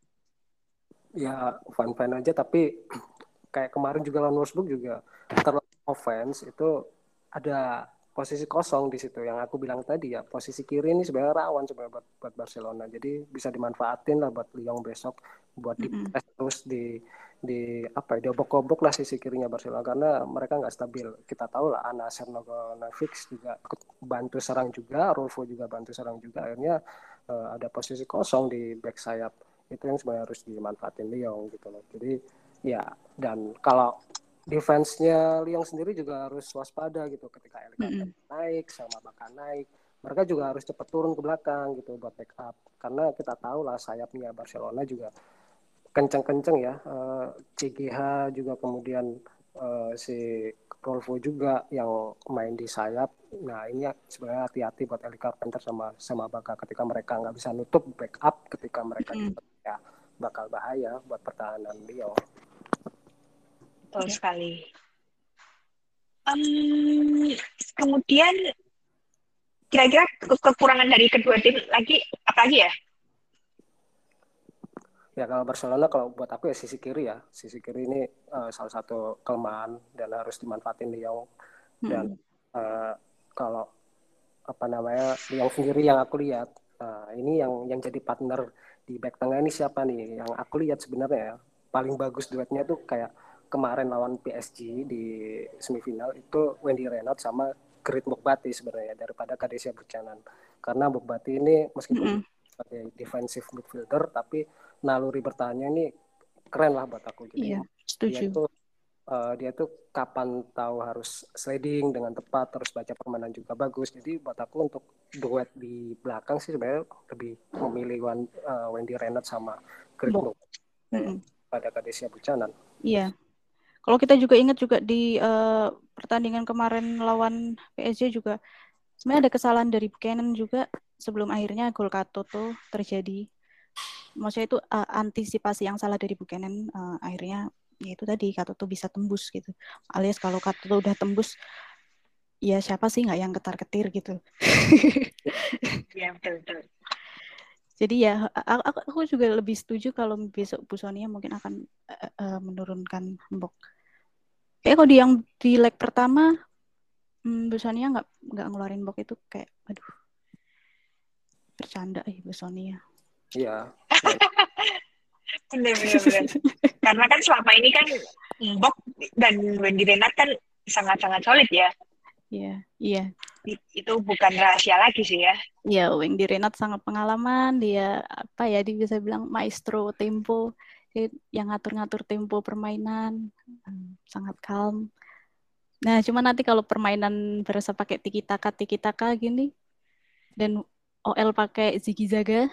Ya fine-fine aja, tapi kayak kemarin juga lawan Wolfsburg juga terlalu offense itu ada posisi kosong di situ yang aku bilang tadi ya, posisi kiri ini sebenarnya rawan sebenarnya buat Barcelona, jadi bisa dimanfaatin lah buat Lyon besok buat di-press terus di apa ya, diobok-obok lah sisi kirinya Barcelona karena mereka nggak stabil. Kita tahu lah Nasser Nogonovic juga bantu serang juga, Rolfo juga bantu serang juga, akhirnya ada posisi kosong di back sayap, itu yang sebenarnya harus dimanfaatin Lyon gitu loh. Jadi ya, dan kalau defense-nya Lyon sendiri juga harus waspada gitu ketika Elika naik sama Baka naik, mereka juga harus cepat turun ke belakang gitu buat backup, karena kita tahu lah sayapnya Barcelona juga kenceng-kenceng ya, CGH juga, kemudian si Rolfo juga yang main di sayap. Nah ini sebenarnya hati-hati buat Elika Carpenter sama Baka ketika mereka nggak bisa nutup backup, ketika mereka ya bakal bahaya buat pertahanan Lyon. Betul sekali. Kemudian kira-kira kekurangan dari kedua tim lagi apa lagi ya? Ya kalau Barcelona, kalau buat aku ya sisi kiri ini salah satu kelemahan dan harus dimanfaatin Lyon. Dan kalau apa namanya Lyon sendiri yang aku lihat, ini yang jadi partner di back tengah ini siapa nih? Yang aku lihat sebenarnya ya, paling bagus duetnya tuh kayak kemarin lawan PSG di semifinal itu Wendy Renard sama Grit Mokbati sebenarnya daripada Kadesia Buchanan. Karena Mokbati ini meskipun sebagai defensive midfielder tapi naluri bertahannya ini keren lah buat aku. Jadi dia tuh kapan tahu harus sliding dengan tepat, terus baca permainan juga bagus. Jadi buat aku untuk duet di belakang sih sebenarnya lebih memilih Wendy Renard sama Grit Mokbati pada Kadesia Buchanan. Iya. Kalau kita juga ingat juga di pertandingan kemarin lawan PSG juga sebenarnya ada kesalahan dari Buchanan juga sebelum akhirnya gol Katoto terjadi. Maksudnya itu antisipasi yang salah dari Buchanan, akhirnya ya itu tadi Katoto bisa tembus gitu. Alias kalau Katoto udah tembus, ya siapa sih nggak yang ketar-ketir gitu. Iya betul. Jadi ya aku juga lebih setuju kalau besok Bu Sonia mungkin akan menurunkan Mbok. Kayak kalau yang di leg pertama Bosonia nggak ngeluarin box itu kayak aduh bercanda Bosonia. Iya. Bener. Karena kan selama ini kan Mbok dan Wendy Renat kan sangat-sangat solid ya. Iya. Itu bukan rahasia lagi sih ya. Iya, Wendy Renat sangat pengalaman, dia dia bisa bilang maestro tempo, dia yang ngatur-ngatur tempo permainan, sangat calm. Nah, cuma nanti kalau permainan berasa pakai tiki taka gini, dan OL pakai Ziggy Zaga,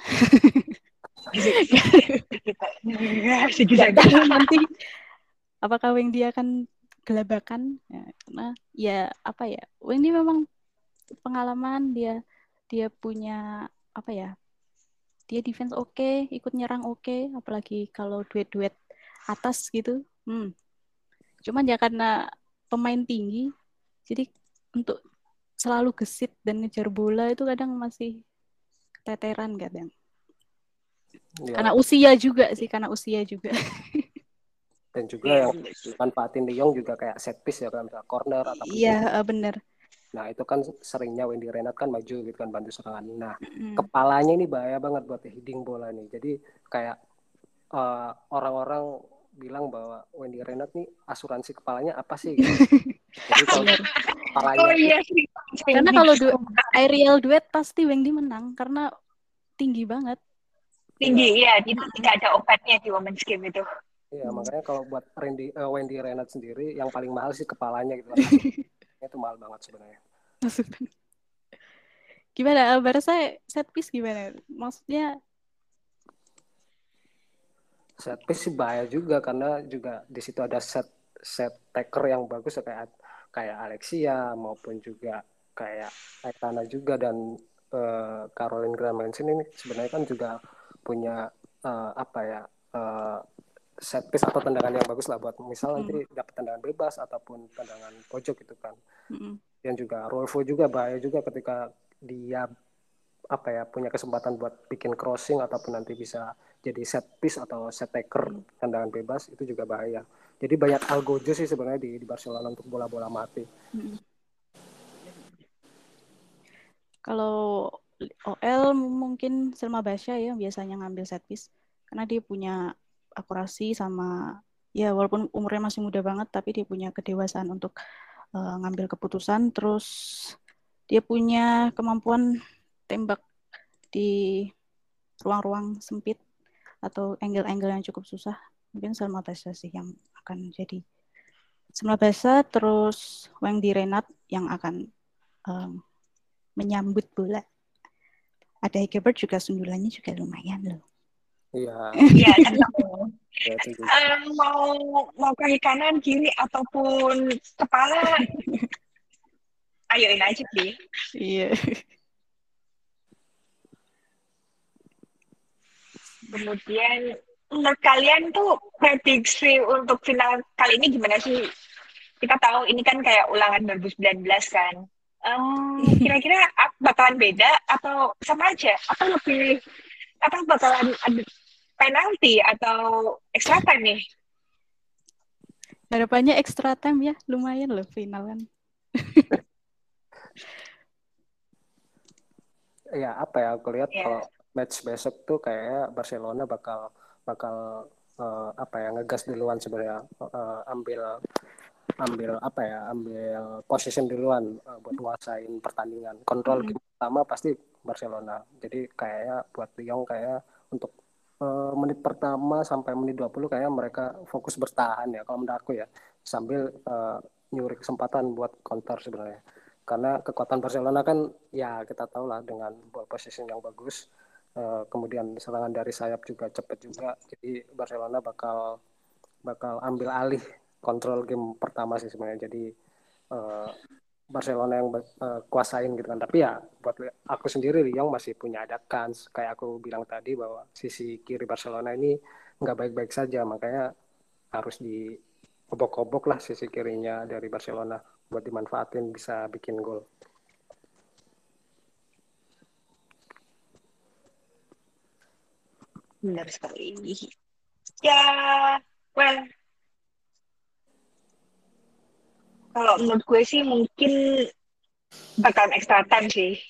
nanti apakah Wendy akan gelabakan? Ya, karena Wendy memang pengalaman, dia punya dia defense oke, ikut nyerang oke, apalagi kalau duet-duet atas gitu. Cuman ya karena pemain tinggi, jadi untuk selalu gesit dan ngejar bola itu kadang masih keteteran kadang. Ya. Karena usia juga. Dan juga yang manfaatin De Jong juga kayak set piece ya kan, corner atau iya benar. Nah itu kan seringnya Wendy Renat kan maju gitu kan bantu serangan. Nah kepalanya ini bahaya banget buat heading bola nih. Jadi kayak orang-orang bilang bahwa Wendy Renat nih asuransi kepalanya apa sih? Gitu. Jadi kalau kepalanya karena kalau aerial duet pasti Wendy menang karena tinggi banget. Tinggi, iya. Tidak ada obatnya di women's game itu. Iya, makanya kalau buat Wendy Renat sendiri yang paling mahal sih kepalanya gitu kan. Itu mahal banget sebenarnya. Gimana? Barca set piece gimana? Maksudnya set piece sih bahaya juga karena juga di situ ada set taker yang bagus kayak Alexia maupun juga kayak Aitana juga dan Caroline Graham-Hansen ini sebenarnya kan juga punya set piece atau tendangan yang bagus lah buat misal nanti dapat tendangan bebas ataupun tendangan pojok gitu kan. Dan juga Rolfo juga bahaya juga ketika dia punya kesempatan buat bikin crossing ataupun nanti bisa jadi set piece atau set taker tendangan bebas itu juga bahaya. Jadi banyak algojo sih sebenarnya di Barcelona untuk bola-bola mati. Kalau OL mungkin Selma Basya ya biasanya ngambil set piece karena dia punya akurasi sama ya walaupun umurnya masih muda banget tapi dia punya kedewasaan untuk ngambil keputusan, terus dia punya kemampuan tembak di ruang-ruang sempit atau angle-angle yang cukup susah. Mungkin Selma Basya sih yang akan jadi Selma Basya, terus Wendy Renat yang akan menyambut bola. Ada Hegerberg juga sundulannya juga lumayan loh. Iya. Iya, mau kaki kanan, kiri ataupun kepala, ayoin aja sih. Iya. Kemudian menurut kalian tuh prediksi untuk final kali ini gimana sih? Kita tahu ini kan kayak ulangan 2019 kan. Kira-kira bakalan beda atau sama aja? Atau bakalan ada penalti atau extra time nih? Harapannya extra time ya, lumayan loh final kan. Ya aku lihat kalau match besok tuh kayaknya Barcelona bakal ngegas duluan sebenarnya, ambil possession duluan buat nguasain pertandingan. Kontrol game pertama pasti Barcelona. Jadi kayaknya buat Lyon kayak untuk menit pertama sampai menit 20 kayak mereka fokus bertahan ya kalau menurut aku ya, sambil nyuri kesempatan buat counter sebenarnya. Karena kekuatan Barcelona kan ya kita tahu lah dengan ball possession yang bagus, kemudian serangan dari sayap juga cepat juga. Jadi Barcelona bakal ambil alih kontrol game pertama sih sebenarnya. Jadi Barcelona yang kuasain gitu kan. Tapi ya buat aku sendiri Lyon masih punya ada kans. Kayak aku bilang tadi bahwa sisi kiri Barcelona ini nggak baik-baik saja. Makanya harus dikobok-kobok lah sisi kirinya dari Barcelona buat dimanfaatin bisa bikin gol. Benar sekali. Ya, kalau menurut gue sih mungkin Bakal extra time sih.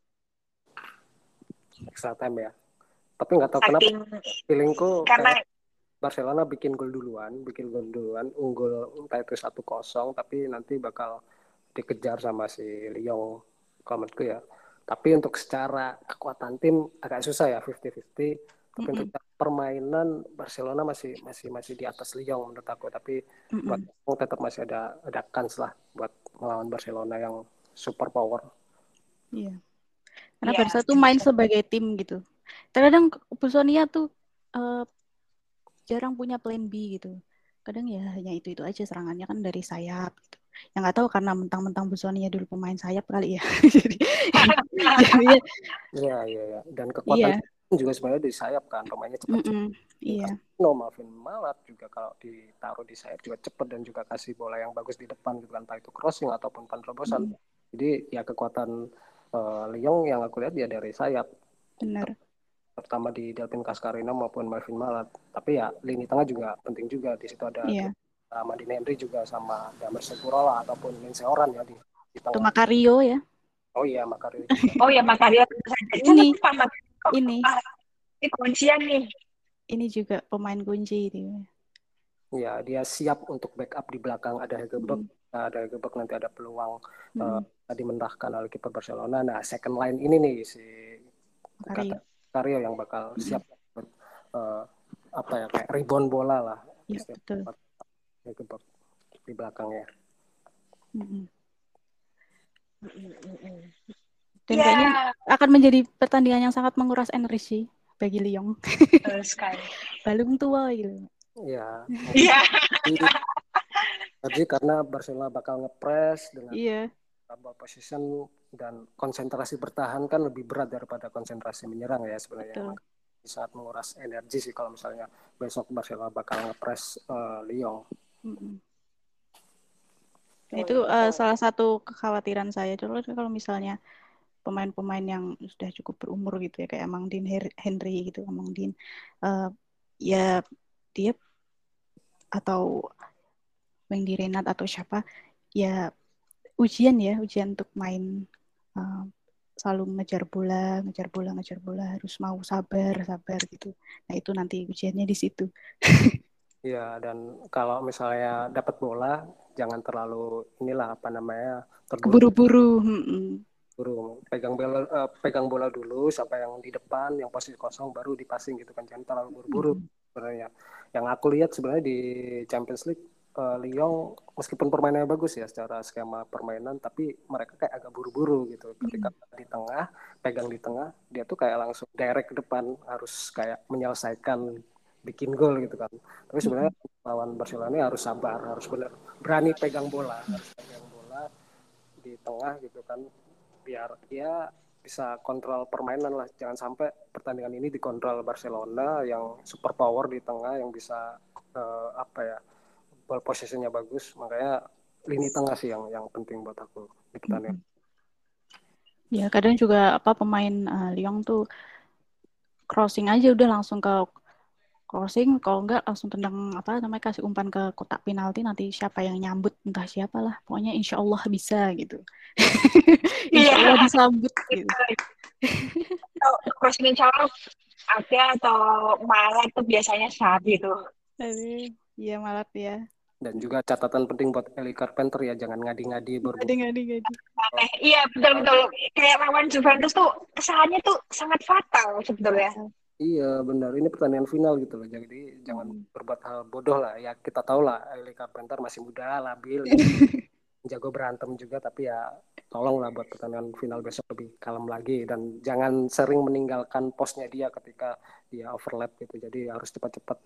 extra time ya. Tapi nggak tahu kenapa Saking feelingku karena kayak Barcelona bikin gol duluan, unggul entah itu 1-0, tapi nanti bakal dikejar sama si Lyon kalau menurutku ya. Tapi untuk secara kekuatan tim agak susah ya 50-50. Tapi untuk permainan Barcelona masih di atas Lyon menurut aku. Tapi buat aku tetap masih ada kans lah buat melawan Barcelona yang super power. Iya. Karena ya, Barca tuh main sebagai tim gitu. Terkadang Busonia tuh jarang punya plan B gitu. Kadang ya hanya itu aja serangannya kan dari sayap gitu. Yang nggak tahu karena mentang-mentang Busonia dulu pemain sayap kali ya. Jadi Iya. Dan kekuatan juga sebenarnya di sayap kan, pemainnya cepat. Iya. Marvin Malat juga kalau ditaruh di sayap juga cepat dan juga kasih bola yang bagus di depan gitu kan, entah itu crossing ataupun penerobosan. Jadi ya kekuatan Lyon yang aku lihat dia dari sayap. Benar. Pertama di Delphin Cascarino maupun Marvin Malat. Tapi ya lini tengah juga penting juga. Di situ ada Madine Henry juga sama Damer Segurola ataupun Lindsay Oran ya di tengah. Itu Makario ya. Oh iya, Makario juga. Makario. Ini kuncian nih. Ini juga pemain kunci itu. Ya, dia siap untuk backup di belakang. Ada Hegerberg, nanti ada peluang dimentahkan oleh kiper Barcelona. Nah, second line ini nih si Makario yang bakal siap kayak rebound bola lah. Ya, betul. Hegerberg di belakangnya. Dan kayaknya akan menjadi pertandingan yang sangat menguras energi bagi Lyon. Sekali. Balung tua gitu. Iya. Jadi karena Barcelona bakal ngepres dengan ball position dan konsentrasi bertahan kan lebih berat daripada konsentrasi menyerang ya sebenarnya. Sangat menguras energi sih kalau misalnya besok Barcelona bakal ngepres Lyon. Itu salah satu kekhawatiran saya. Coba kalau misalnya pemain-pemain yang sudah cukup berumur gitu ya, kayak Mang Dean Henry gitu, Mang Dean, ya dia atau Weng Renat atau siapa, ya ujian untuk main selalu ngejar bola, harus mau sabar gitu. Nah itu nanti ujiannya di situ. Iya, dan kalau misalnya dapat bola, jangan terlalu terburu-buru. Pegang bola dulu sampai yang di depan, yang posisi kosong baru dipasing gitu kan, jangan terlalu buru-buru sebenarnya. Yang aku lihat sebenarnya di Champions League Lyon meskipun permainannya bagus ya secara skema permainan, tapi mereka kayak agak buru-buru gitu. Ketika di tengah, pegang di tengah, dia tuh kayak langsung direct ke depan, harus kayak menyelesaikan bikin gol gitu kan. Tapi sebenarnya lawan Barcelona harus sabar, harus benar berani pegang bola di tengah gitu kan, biar dia bisa kontrol permainan lah. Jangan sampai pertandingan ini dikontrol Barcelona yang super power di tengah, yang bisa ball positionnya bagus. Makanya lini tengah sih yang penting buat aku di pertandingan. Ya kadang juga pemain Lyon tuh crossing aja udah langsung ke crossing, kalau enggak langsung tendang kasih umpan ke kotak penalti, nanti siapa yang nyambut entah siapalah, pokoknya insya Allah bisa gitu. Insya Allah disambut gitu. Crossing insya Allah ada atau Malat tuh biasanya saat gitu. Iya Malat ya. Dan juga catatan penting buat Eli Carpenter ya, jangan ngadi-ngadi ngadi-ngadi. Iya betul. Kayak lawan Juventus tuh kesalahannya tuh sangat fatal sebetulnya. Iya benar, ini pertandingan final gitu loh, jadi jangan berbuat hal bodoh lah ya. Kita tahu lah Eli Carpenter masih muda, labil, jago berantem juga, tapi ya tolonglah buat pertandingan final besok lebih kalem lagi dan jangan sering meninggalkan posnya dia ketika dia overlap gitu. Jadi harus cepat-cepat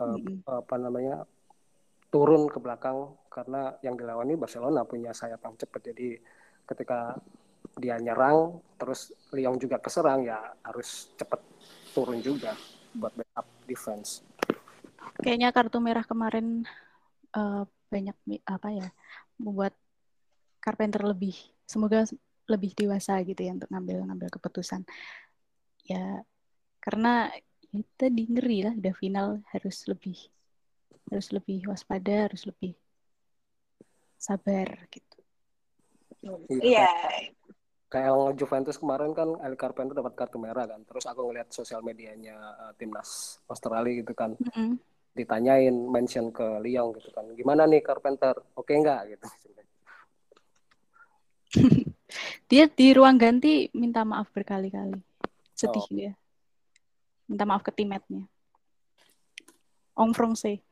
turun ke belakang, karena yang dilawani Barcelona punya sayap yang cepat. Jadi ketika dia nyerang terus Lyon juga keserang, ya harus cepat turun juga buat backup defense. Kayaknya kartu merah kemarin banyak membuat Carpenter semoga lebih dewasa gitu ya untuk ngambil keputusan. Ya karena kita ngeri lah, udah final harus lebih waspada, harus lebih sabar gitu. Iya. Kayak yang Juventus kemarin kan El Carpenter dapat kartu merah kan. Terus aku ngeliat sosial medianya timnas Australia gitu kan. Ditanyain mention ke Lyon gitu kan. Gimana nih Carpenter? Oke enggak gitu. Dia di ruang ganti minta maaf berkali-kali. Sedih dia. Minta maaf ke teammate-nya. Ong Frongse.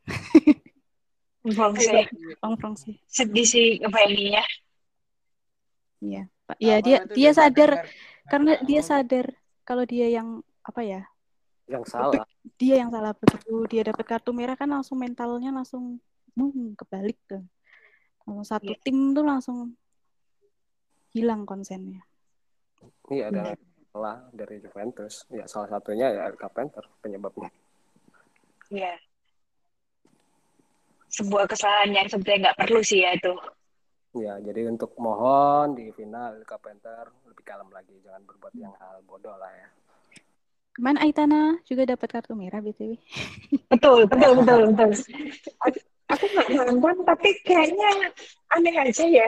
Ong Frongse. Sedih sih kebayanginnya. Iya. Ya dia sadar karena dia sadar kalau dia yang apa ya? Yang salah. Dia yang salah, begitu dia dapat kartu merah kan langsung mentalnya langsung kebalik tuh. Kalau satu tim tuh langsung hilang konsennya. Iya, ada salah dari Juventus. Ya salah satunya ya El Carpenter penyebabnya. Iya. Sebuah kesalahan yang sebenarnya nggak perlu sih ya itu. Ya, jadi untuk mohon di final El Carpenter lebih kalem lagi, jangan berbuat yang hal bodoh lah ya. Kemarin Aitana juga dapat kartu merah BTW. Betul. Aku nggak nonton tapi kayaknya aneh aja ya.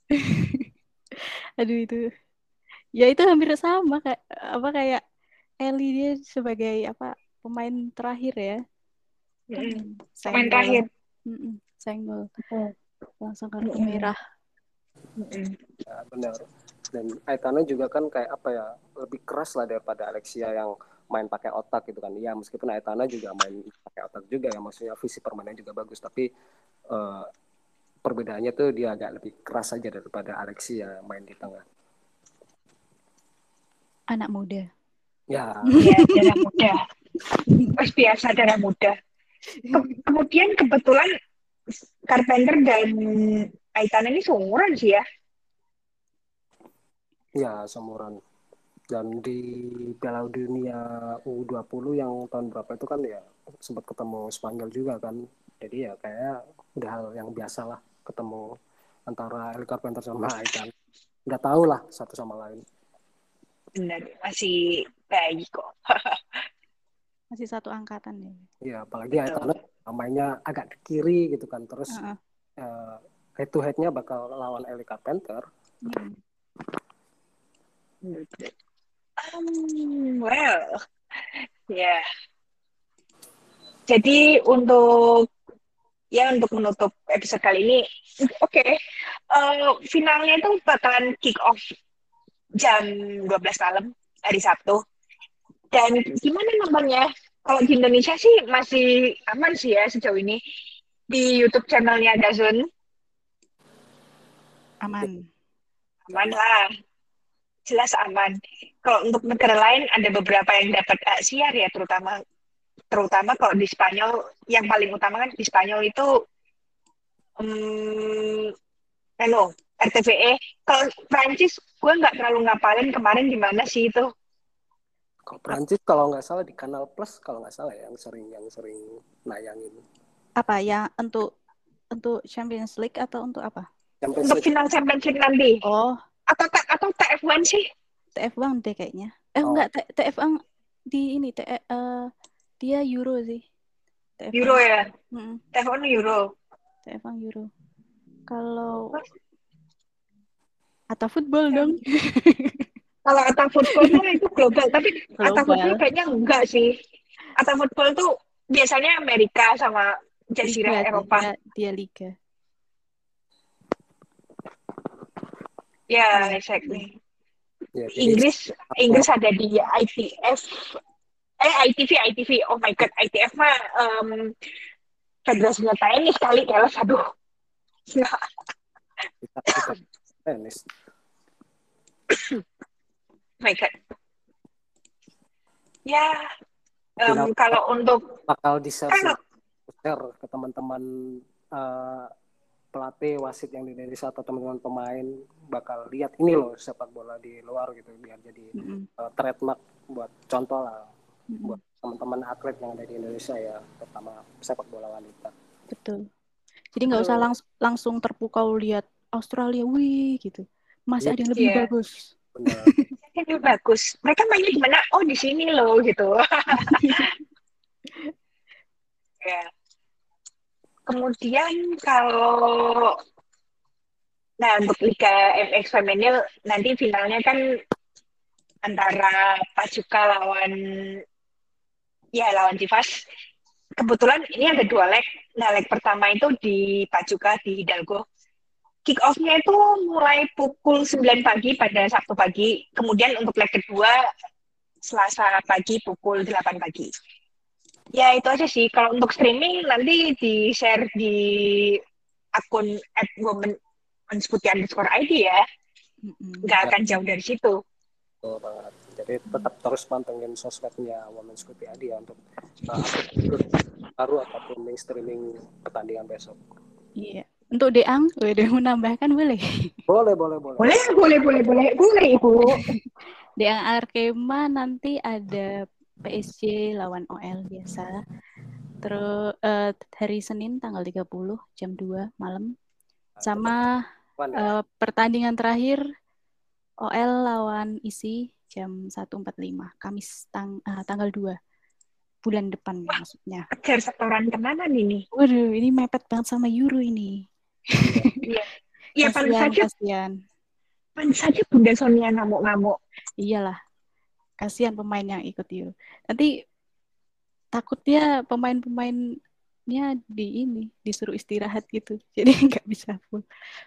Aduh itu. Ya itu hampir sama kayak Ellie, dia sebagai pemain terakhir ya. Pemain terakhir. Senggol. Langsung kartu merah. Ya, benar. Dan Aitana juga kan kayak lebih keras lah daripada Alexia yang main pakai otak gitu kan. Ya meskipun Aitana juga main pakai otak juga ya, maksudnya visi permainan juga bagus, tapi perbedaannya tuh dia agak lebih keras aja daripada Alexia main di tengah. Anak muda. Ya. Iya, darah muda. Pas biasa darah muda. Kemudian kebetulan Carpenter dan Aitana ini seumuran sih ya. Ya, seumuran. Dan di Piala Dunia U20 yang tahun berapa itu kan ya sempat ketemu Spanyol juga kan. Jadi ya kayak udah hal yang biasa lah ketemu antara El Carpenter sama Aitana. Udah tahu lah satu sama lain. Benar, masih bayi kok. Masih satu angkatan ya. Iya, apalagi Aitana mainnya agak ke kiri gitu kan. Terus head to head-nya bakal lawan El Carpenter. Well, ya. Jadi untuk menutup episode kali ini, finalnya itu bakalan kick off jam 12 malam hari Sabtu. Dan gimana nontonnya? Kalau di Indonesia sih masih aman sih ya sejauh ini. Di YouTube channelnya DAZN. Aman lah. Jelas aman. Kalau untuk negara lain ada beberapa yang dapat hak siar ya, terutama kalau di Spanyol, yang paling utama kan di Spanyol itu RTVE. Kalau Prancis gue nggak terlalu ngapalin kemarin gimana sih itu. Kalau Prancis kalau nggak salah di Kanal Plus kalau nggak salah ya, yang sering nayangin. Apa ya, untuk Champions League atau untuk apa? Untuk final Championship nanti. Oh. Atau TF1 sih? TF1 deh kayaknya. Enggak, TF1 di ini dia Euro sih. TF1. Euro ya? TF1 Euro. TF1 Euro. Kalau Ata Football dong. Kalau Ata Football itu global, tapi Ata Football kayaknya enggak sih. Ata Football tuh biasanya Amerika sama Jazirah Eropa. Dia liga. Ya, exactly. Ya, Inggris ada di ITV. Oh my god, ITF mah federasinya tenis kali, keles, aduh. Tenis. My god. Ya, kalau untuk bakal di-share ke teman-teman pelatih, wasit yang di Indonesia atau teman-teman pemain, bakal lihat ini loh sepak bola di luar gitu, biar jadi trademark buat contoh lah buat teman-teman atlet yang ada di Indonesia ya, terutama sepak bola wanita. Betul. Jadi nggak usah langsung terpukau lihat Australia, wih gitu. Masih ada yang lebih bagus. Benar. Yang bagus. Mereka mainnya di mana? Oh, di sini loh gitu. Ya. Kemudian kalau Nah, untuk Liga MX Femenil nanti finalnya kan antara Pachuca lawan Chivas. Kebetulan ini ada 2 leg. Nah, leg pertama itu di Pachuca di Hidalgo. Kick off-nya itu mulai pukul 9 pagi pada Sabtu pagi. Kemudian untuk leg kedua Selasa pagi pukul 8 pagi. Ya itu aja sih. Kalau untuk streaming nanti di-share di akun @women_id ya. Nggak akan jauh dari situ. Betul banget. Jadi tetap terus pantengin sosmednya Women's Scoop ID ya untuk baru ataupun streaming pertandingan besok. Iya. Untuk Deang, udah menambahkan boleh? Boleh. Boleh, Ibu. Deang Arkema nanti ada PSG lawan OL biasa. Terus hari Senin tanggal 30 jam 2 malam. Sama pertandingan terakhir OL lawan ISI jam 1.45 Kamis tanggal 2 bulan depan maksudnya. Kejar setoran kemana ini? Waduh, ini mepet banget sama Euro ini. Iya, kasihan. Pantes saja Bunda Sonia ngamuk-ngamuk. Iyalah, kasihan pemain yang ikut Euro. Nanti takutnya pemain-pemainnya disuruh istirahat gitu, jadi nggak bisa full.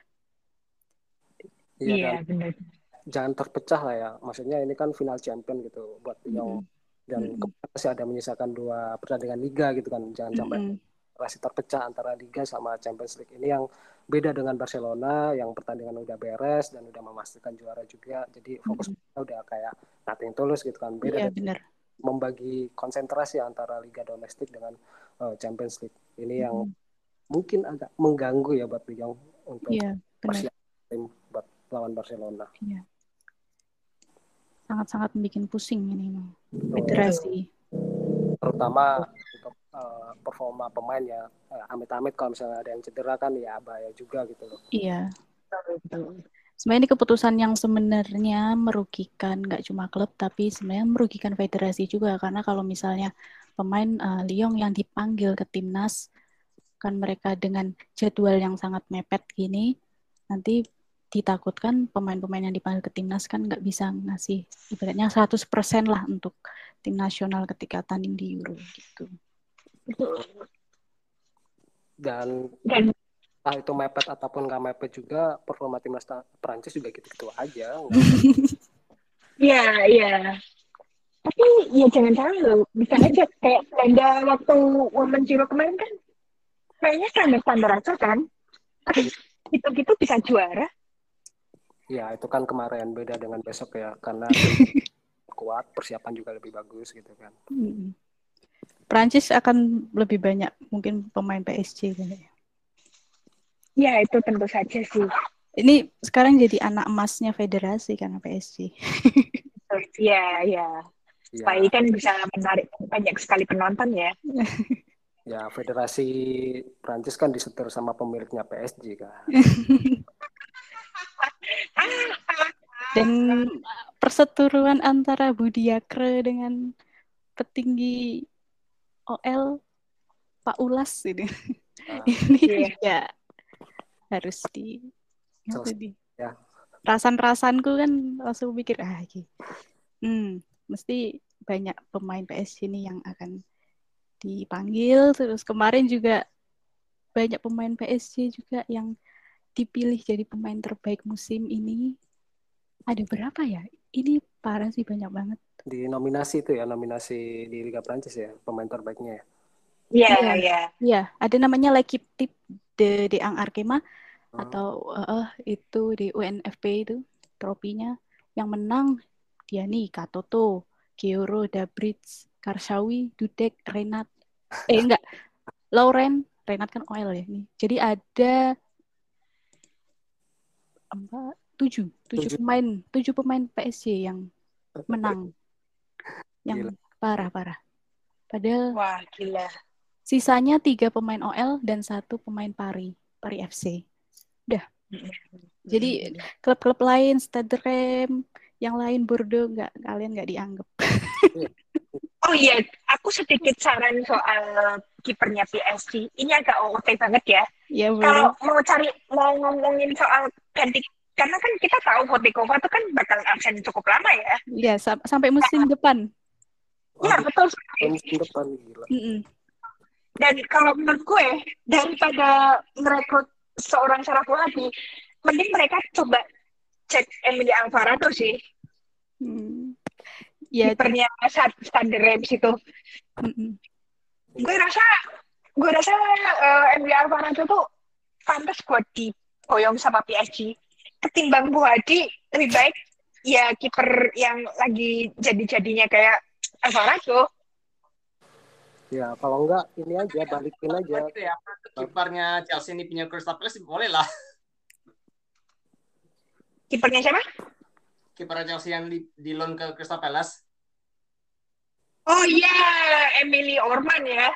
Iya, benar. Jangan terpecah lah ya. Maksudnya ini kan final champion gitu buat yang dan masih ada menyisakan 2 pertandingan liga gitu kan. Jangan sampai masih terpecah antara liga sama Champions League. Ini yang beda dengan Barcelona yang pertandingan udah beres dan udah memastikan juara juga. Jadi fokus udah kayak nothing tulus gitu kan. Beda bener. Membagi konsentrasi antara liga domestik dengan Champions League. Ini yang mungkin agak mengganggu ya buat Liga untuk persiapan tim buat lawan Barcelona. Iya. Sangat-sangat bikin pusing ini federasi. Terutama untuk performa pemain ya, amit-amit kalau misalnya ada yang cedera kan ya bahaya juga gitu loh. Iya. Sebenarnya ini keputusan yang sebenarnya merugikan nggak cuma klub tapi sebenarnya merugikan federasi juga karena kalau misalnya pemain Lyon yang dipanggil ke timnas kan mereka dengan jadwal yang sangat mepet gini nanti ditakutkan pemain-pemain yang dipanggil ke timnas kan nggak bisa ngasih ibaratnya 100% lah untuk tim nasional ketika tanding di Euro gitu. Dan entah itu mepet ataupun nggak mepet juga performa timnas Prancis juga gitu-gitu aja. Iya. Tapi ya jangan salah loh, bisa aja kayak Belanda waktu Women's Euro kemarin kan kayaknya standar-standar aja kan. Gitu-gitu bisa juara. Ya itu kan kemarin beda dengan besok ya karena kuat persiapan juga lebih bagus gitu kan. Prancis akan lebih banyak mungkin pemain PSG kan ya. Ya itu tentu saja sih. Ini sekarang jadi anak emasnya federasi karena PSG. Iya. Supaya kan bisa menarik banyak sekali penonton ya. Ya federasi Prancis kan disetir sama pemiliknya PSG kan. Dan perseteruan antara Budiakre dengan petinggi OL Pak Ulas ini. Ini ya harus ya. Rasan-rasanku kan langsung mikir mesti banyak pemain PSG ini yang akan dipanggil. Terus kemarin juga banyak pemain PSG juga yang dipilih jadi pemain terbaik musim ini. Ada berapa ya? Ini parah sih, banyak banget. Di nominasi itu ya, nominasi di Liga Prancis ya, pemain terbaiknya ya. Iya. Ada namanya L'Équipe Type de Deang Arkema atau itu di UNFP itu tropinya. Yang menang Diani, Katoto, Gioro, Dabrits, Karshawi, Dudek, Renat. Lauren, Renat kan OL ya ini. Jadi ada 7 pemain PSG yang menang. Yang parah. Padahal wah, gila. Sisanya 3 pemain OL dan 1 pemain Paris FC. Udah. Jadi klub-klub lain, Stade Reims, yang lain Bordeaux kalian nggak dianggap. Oh iya, aku sedikit saran soal kipernya PSG. Ini agak OOT banget ya. Ya kalau mau ngomongin soal ganti, karena kan kita tahu Votikova itu kan bakal absen cukup lama ya. Iya, sampai musim depan. Ya, betul. Musim depan gila. Dan kalau menurut gue, daripada merekrut seorang Sarah Buhadi, mending mereka coba cek Emilia Alvarado sih. Ya, kipernya Stade Reims itu. Gue rasa Emilia Alvarado tuh pantas buat diboyong sama PSG. Ketimbang Buhadi, lebih baik ya kiper yang lagi jadi-jadinya kayak Alvarado. Ya, kalau enggak ini aja balikin aja. Ya, kipernya Chelsea ini punya Crystal Palace boleh lah. Kipernya siapa? Kiper Chelsea yang di loan ke Crystal Palace. Oh iya, Emily Orman ya.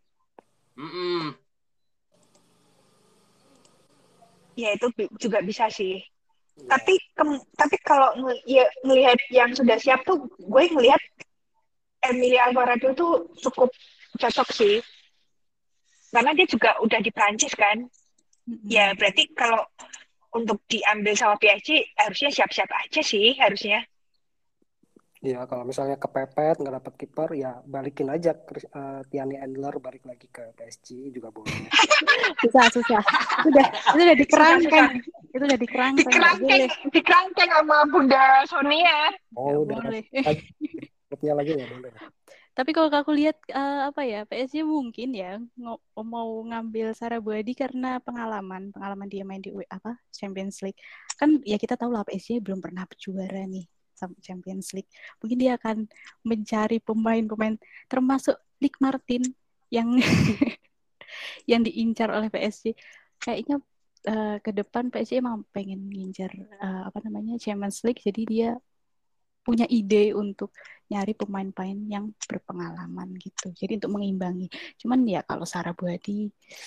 Ya itu juga bisa sih. Ya. Tapi kalau ngelihat yang sudah siap tuh, gue ngelihat Emilia Alvarado tuh cukup cocok sih. Karena dia juga udah di Prancis kan. Ya berarti kalau untuk diambil sama PSG harusnya siap-siap aja sih harusnya. Ya kalau misalnya kepepet nggak dapat kiper ya balikin aja Tiani Endler balik lagi ke PSG juga boleh. susah. Itu udah dikerangkeng. Itu udah dikerangkeng sama Bunda Sonia. Oh udah boleh. Klubnya lagi nggak boleh. Tapi kalau aku lihat PSG mungkin ya mau ngambil Sarah Buhadi karena pengalaman dia main di Champions League. Kan ya kita tahu lah PSG belum pernah juara nih sama Champions League. Mungkin dia akan mencari pemain-pemain termasuk Lick Martin yang yang diincar oleh PSG. Kayaknya ke depan PSG emang pengen ngincar Champions League, jadi dia punya ide untuk nyari pemain-pemain yang berpengalaman gitu. Jadi untuk mengimbangi. Cuman ya kalau Sarah Buhadi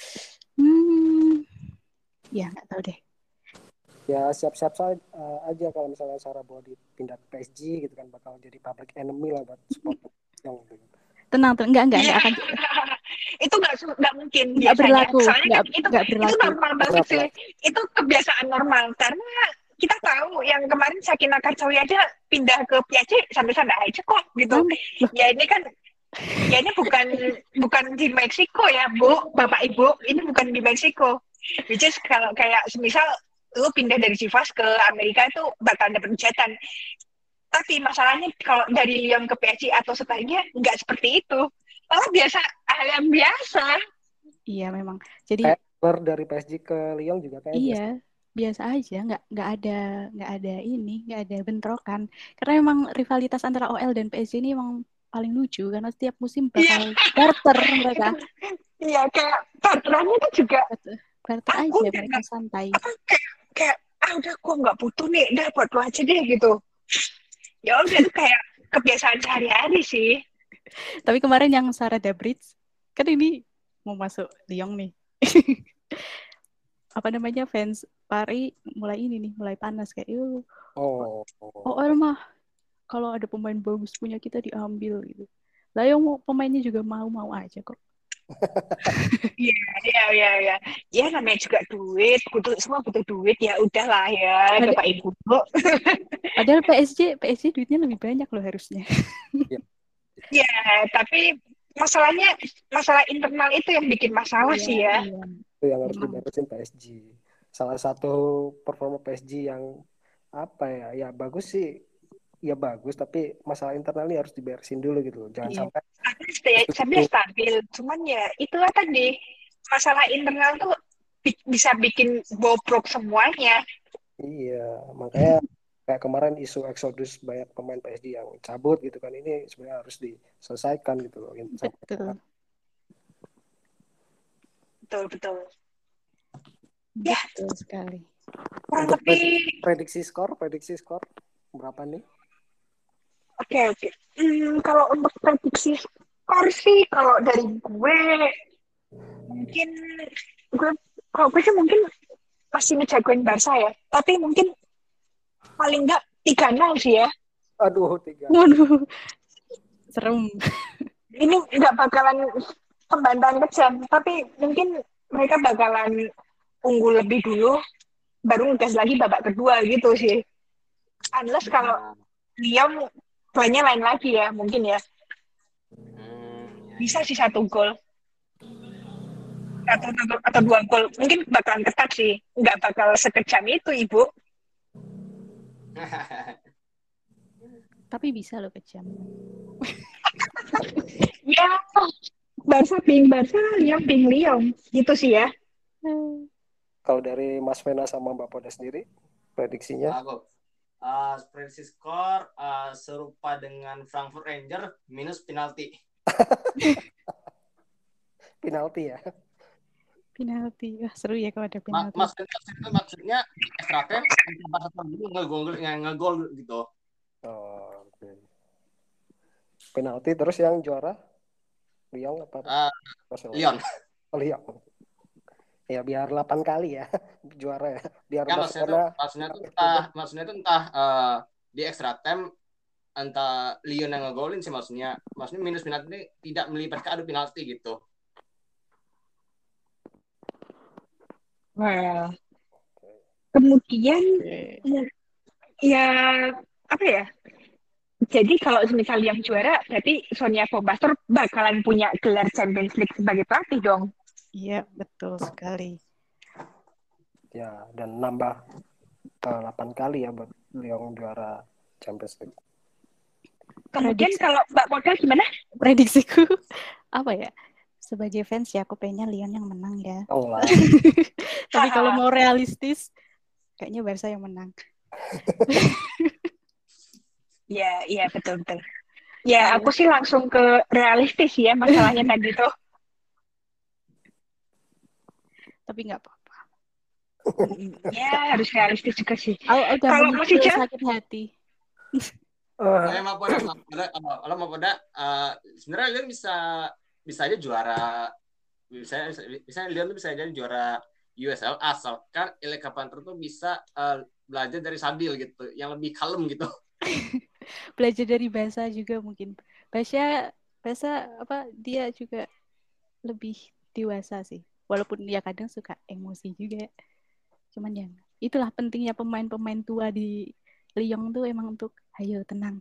ya nggak tahu deh. Ya siap-siap aja kalau misalnya Sarah Buhadi pindah ke PSG gitu kan bakal jadi public enemy lah buat supporter yang gitu. Tenang, enggak akan. Itu nggak mungkin nggak berlaku. Soalnya nggak berlaku. Itu normal banget sih. Itu kebiasaan normal karena kita tahu yang kemarin Sakina Karsawi aja pindah ke PSG sampai-sampai aja kok gitu. Ya ini bukan di Meksiko ya Bu, Bapak Ibu, ini bukan di Meksiko. Which is kalau kayak semisal lu pindah dari Chivas ke Amerika itu bakal dapet hujatan. Tapi masalahnya kalau dari Lyon ke PSG atau sebaliknya nggak seperti itu. Malah hal yang biasa. Iya memang. Jadi dari PSG ke Lyon juga kayak biasa aja, nggak ada bentrokan. Karena memang rivalitas antara OL dan PSG ini memang paling lucu karena setiap musim bakal barter mereka. Iya, kayak barterannya kan juga barter aja mereka santai. Kayak udah gua nggak butuh nih, udah buat lu aja deh gitu. Ya udah itu kayak kebiasaan sehari-hari sih. Tapi kemarin yang Sarah Dabrits kan ini mau masuk Lyon nih. Fans Paris mulai panas kayak mah kalau ada pemain bagus punya kita diambil gitu. Lah yang pemainnya juga mau aja kok. Iya. Ya namanya juga duit, semua butuh duit ya udahlah ya Bapak Ibu. Padahal PSG duitnya lebih banyak loh harusnya. Ya, tapi masalah internal itu yang bikin masalah sih ya. Itu yang harus diberesin PSG. Salah satu performa PSG yang ya bagus sih. Ya bagus, tapi masalah internal ini harus diberesin dulu gitu. Jangan sampai stabil. Cuman ya itulah tadi masalah internal tuh bisa bikin bobrok semuanya. Iya, makanya kayak kemarin isu eksodus banyak pemain PSG yang cabut gitu kan, ini sebenarnya harus diselesaikan gitu loh. Betul. Ya, betul sekali. Prediksi skor berapa nih? Oke. Kalau untuk prediksi skor sih, kalau dari gue mungkin kalau gue sih mungkin masih ngejagoin Barca ya. Tapi mungkin paling nggak 3-0 sih ya. Aduh, 3. Waduh, serem. Ini nggak bakalan pembantahan kejam, tapi mungkin mereka bakalan unggul lebih dulu. baru ngegas lagi babak kedua gitu sih. Unless kalau Nah, Lyon plannya lain lagi ya, mungkin ya. ya, Bisa ya. sih 1 gol. Atau 2 gol. Mungkin bakalan ketat sih. Nggak bakal sekejam itu, Ibu. Tapi bisa loh kejam. Ya, Barca ping Barca, Lyon ping Lyon. Gitu sih ya. Kalau dari Mas Vena sama Mbak Poda sendiri, prediksinya? Aku prediksi skor serupa dengan Frankfurt Ranger minus penalti. Penalti ya? Penalti. Wah, seru ya kalau ada penalti. Maksudnya extra time ngegol gitu. Oh, oke. Penalti terus yang juara? Lyon apa? Lyon. Oh, Lyon. Ya biar 8 kali ya juara ya. Biar Ya, Barcelona. maksudnya itu entah di extra time entah Lyon yang ngegolin sih maksudnya minus penalti ini tidak melibatkan adu penalti gitu. Well, kemudian ya apa ya? Jadi kalau misal yang juara, berarti Sonia Bombastor bakalan punya gelar Champions League sebagai pelatih dong. Iya, betul sekali. Ya, dan nambah 8 kali ya buat Lyon juara Champions League. Kemudian kalau Mbak Poda gimana? Prediksiku apa ya? Sebagai fans ya aku pengennya Lyon yang menang ya. Oh lah. Tapi kalau mau realistis, kayaknya Barca yang menang. Ya, betul. Ya, aku sih langsung ke realistis ya masalahnya tadi tuh. Tapi nggak apa-apa. Ya, harus realistis juga sih. Kalau masih sakit hati. Kalau mau pada sebenarnya Lyon bisa aja juara. Bisa Lyon tuh bisa jadi juara USL asalkan Eleka Panther tuh bisa belajar dari Sadil gitu, yang lebih kalem gitu. Belajar dari Barca juga mungkin. Barca apa dia juga lebih dewasa sih. Walaupun dia kadang suka emosi juga. Cuman ya itulah pentingnya pemain-pemain tua di Lyon tuh emang untuk ayo tenang.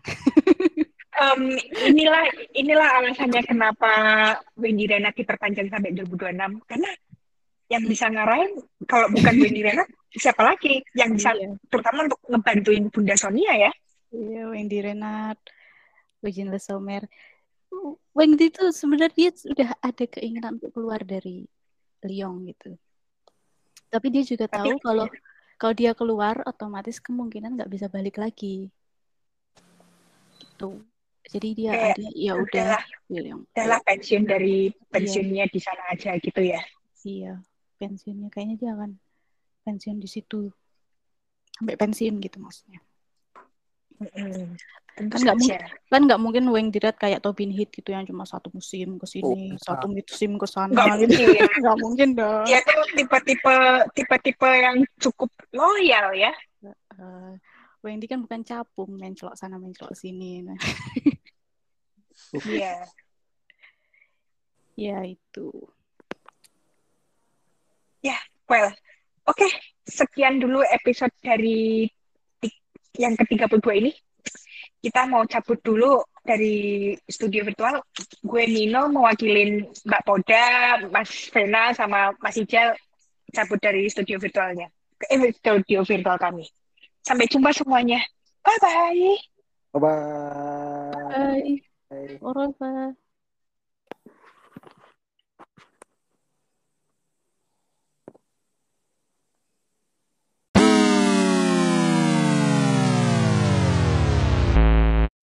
Inilah alasannya kenapa Wendy Renat diperpanjang sampai 2026. Karena yang bisa ngarahin kalau bukan Wendy Renat siapa lagi yang bisa terutama untuk ngebantuin Bunda Sonia ya. Iya, Wendy Renat, Eugene Le Sommer. Wendy itu sebenarnya dia sudah ada keinginan untuk keluar dari Lyon gitu. Tapi dia juga tahu kalau dia keluar otomatis kemungkinan nggak bisa balik lagi. Gitu. Jadi dia ada ya udahlah pensiun dari pensiunnya di sana aja gitu ya. Iya, pensiunnya kayaknya dia akan pensiun di situ sampai pensiun gitu maksudnya. Kan nggak mungkin Wendy Renat kayak Tobin Heath gitu yang cuma 1 musim ke sini, 1 musim ke sana gitu. Nggak mungkin dong. Dia tuh tipe yang cukup loyal ya. Wendy kan bukan capung main celok sana main celok sini. Iya. Ya itu. Ya, well. Oke, sekian dulu episode dari yang ke-32 ini. Kita mau cabut dulu dari studio virtual. Gue Nino mewakilin Mbak Poda, Mas Vena, sama Mas Ijal cabut dari studio virtualnya. Studio virtual kami. Sampai jumpa semuanya. Bye-bye. Bye-bye. Bye. Au revoir.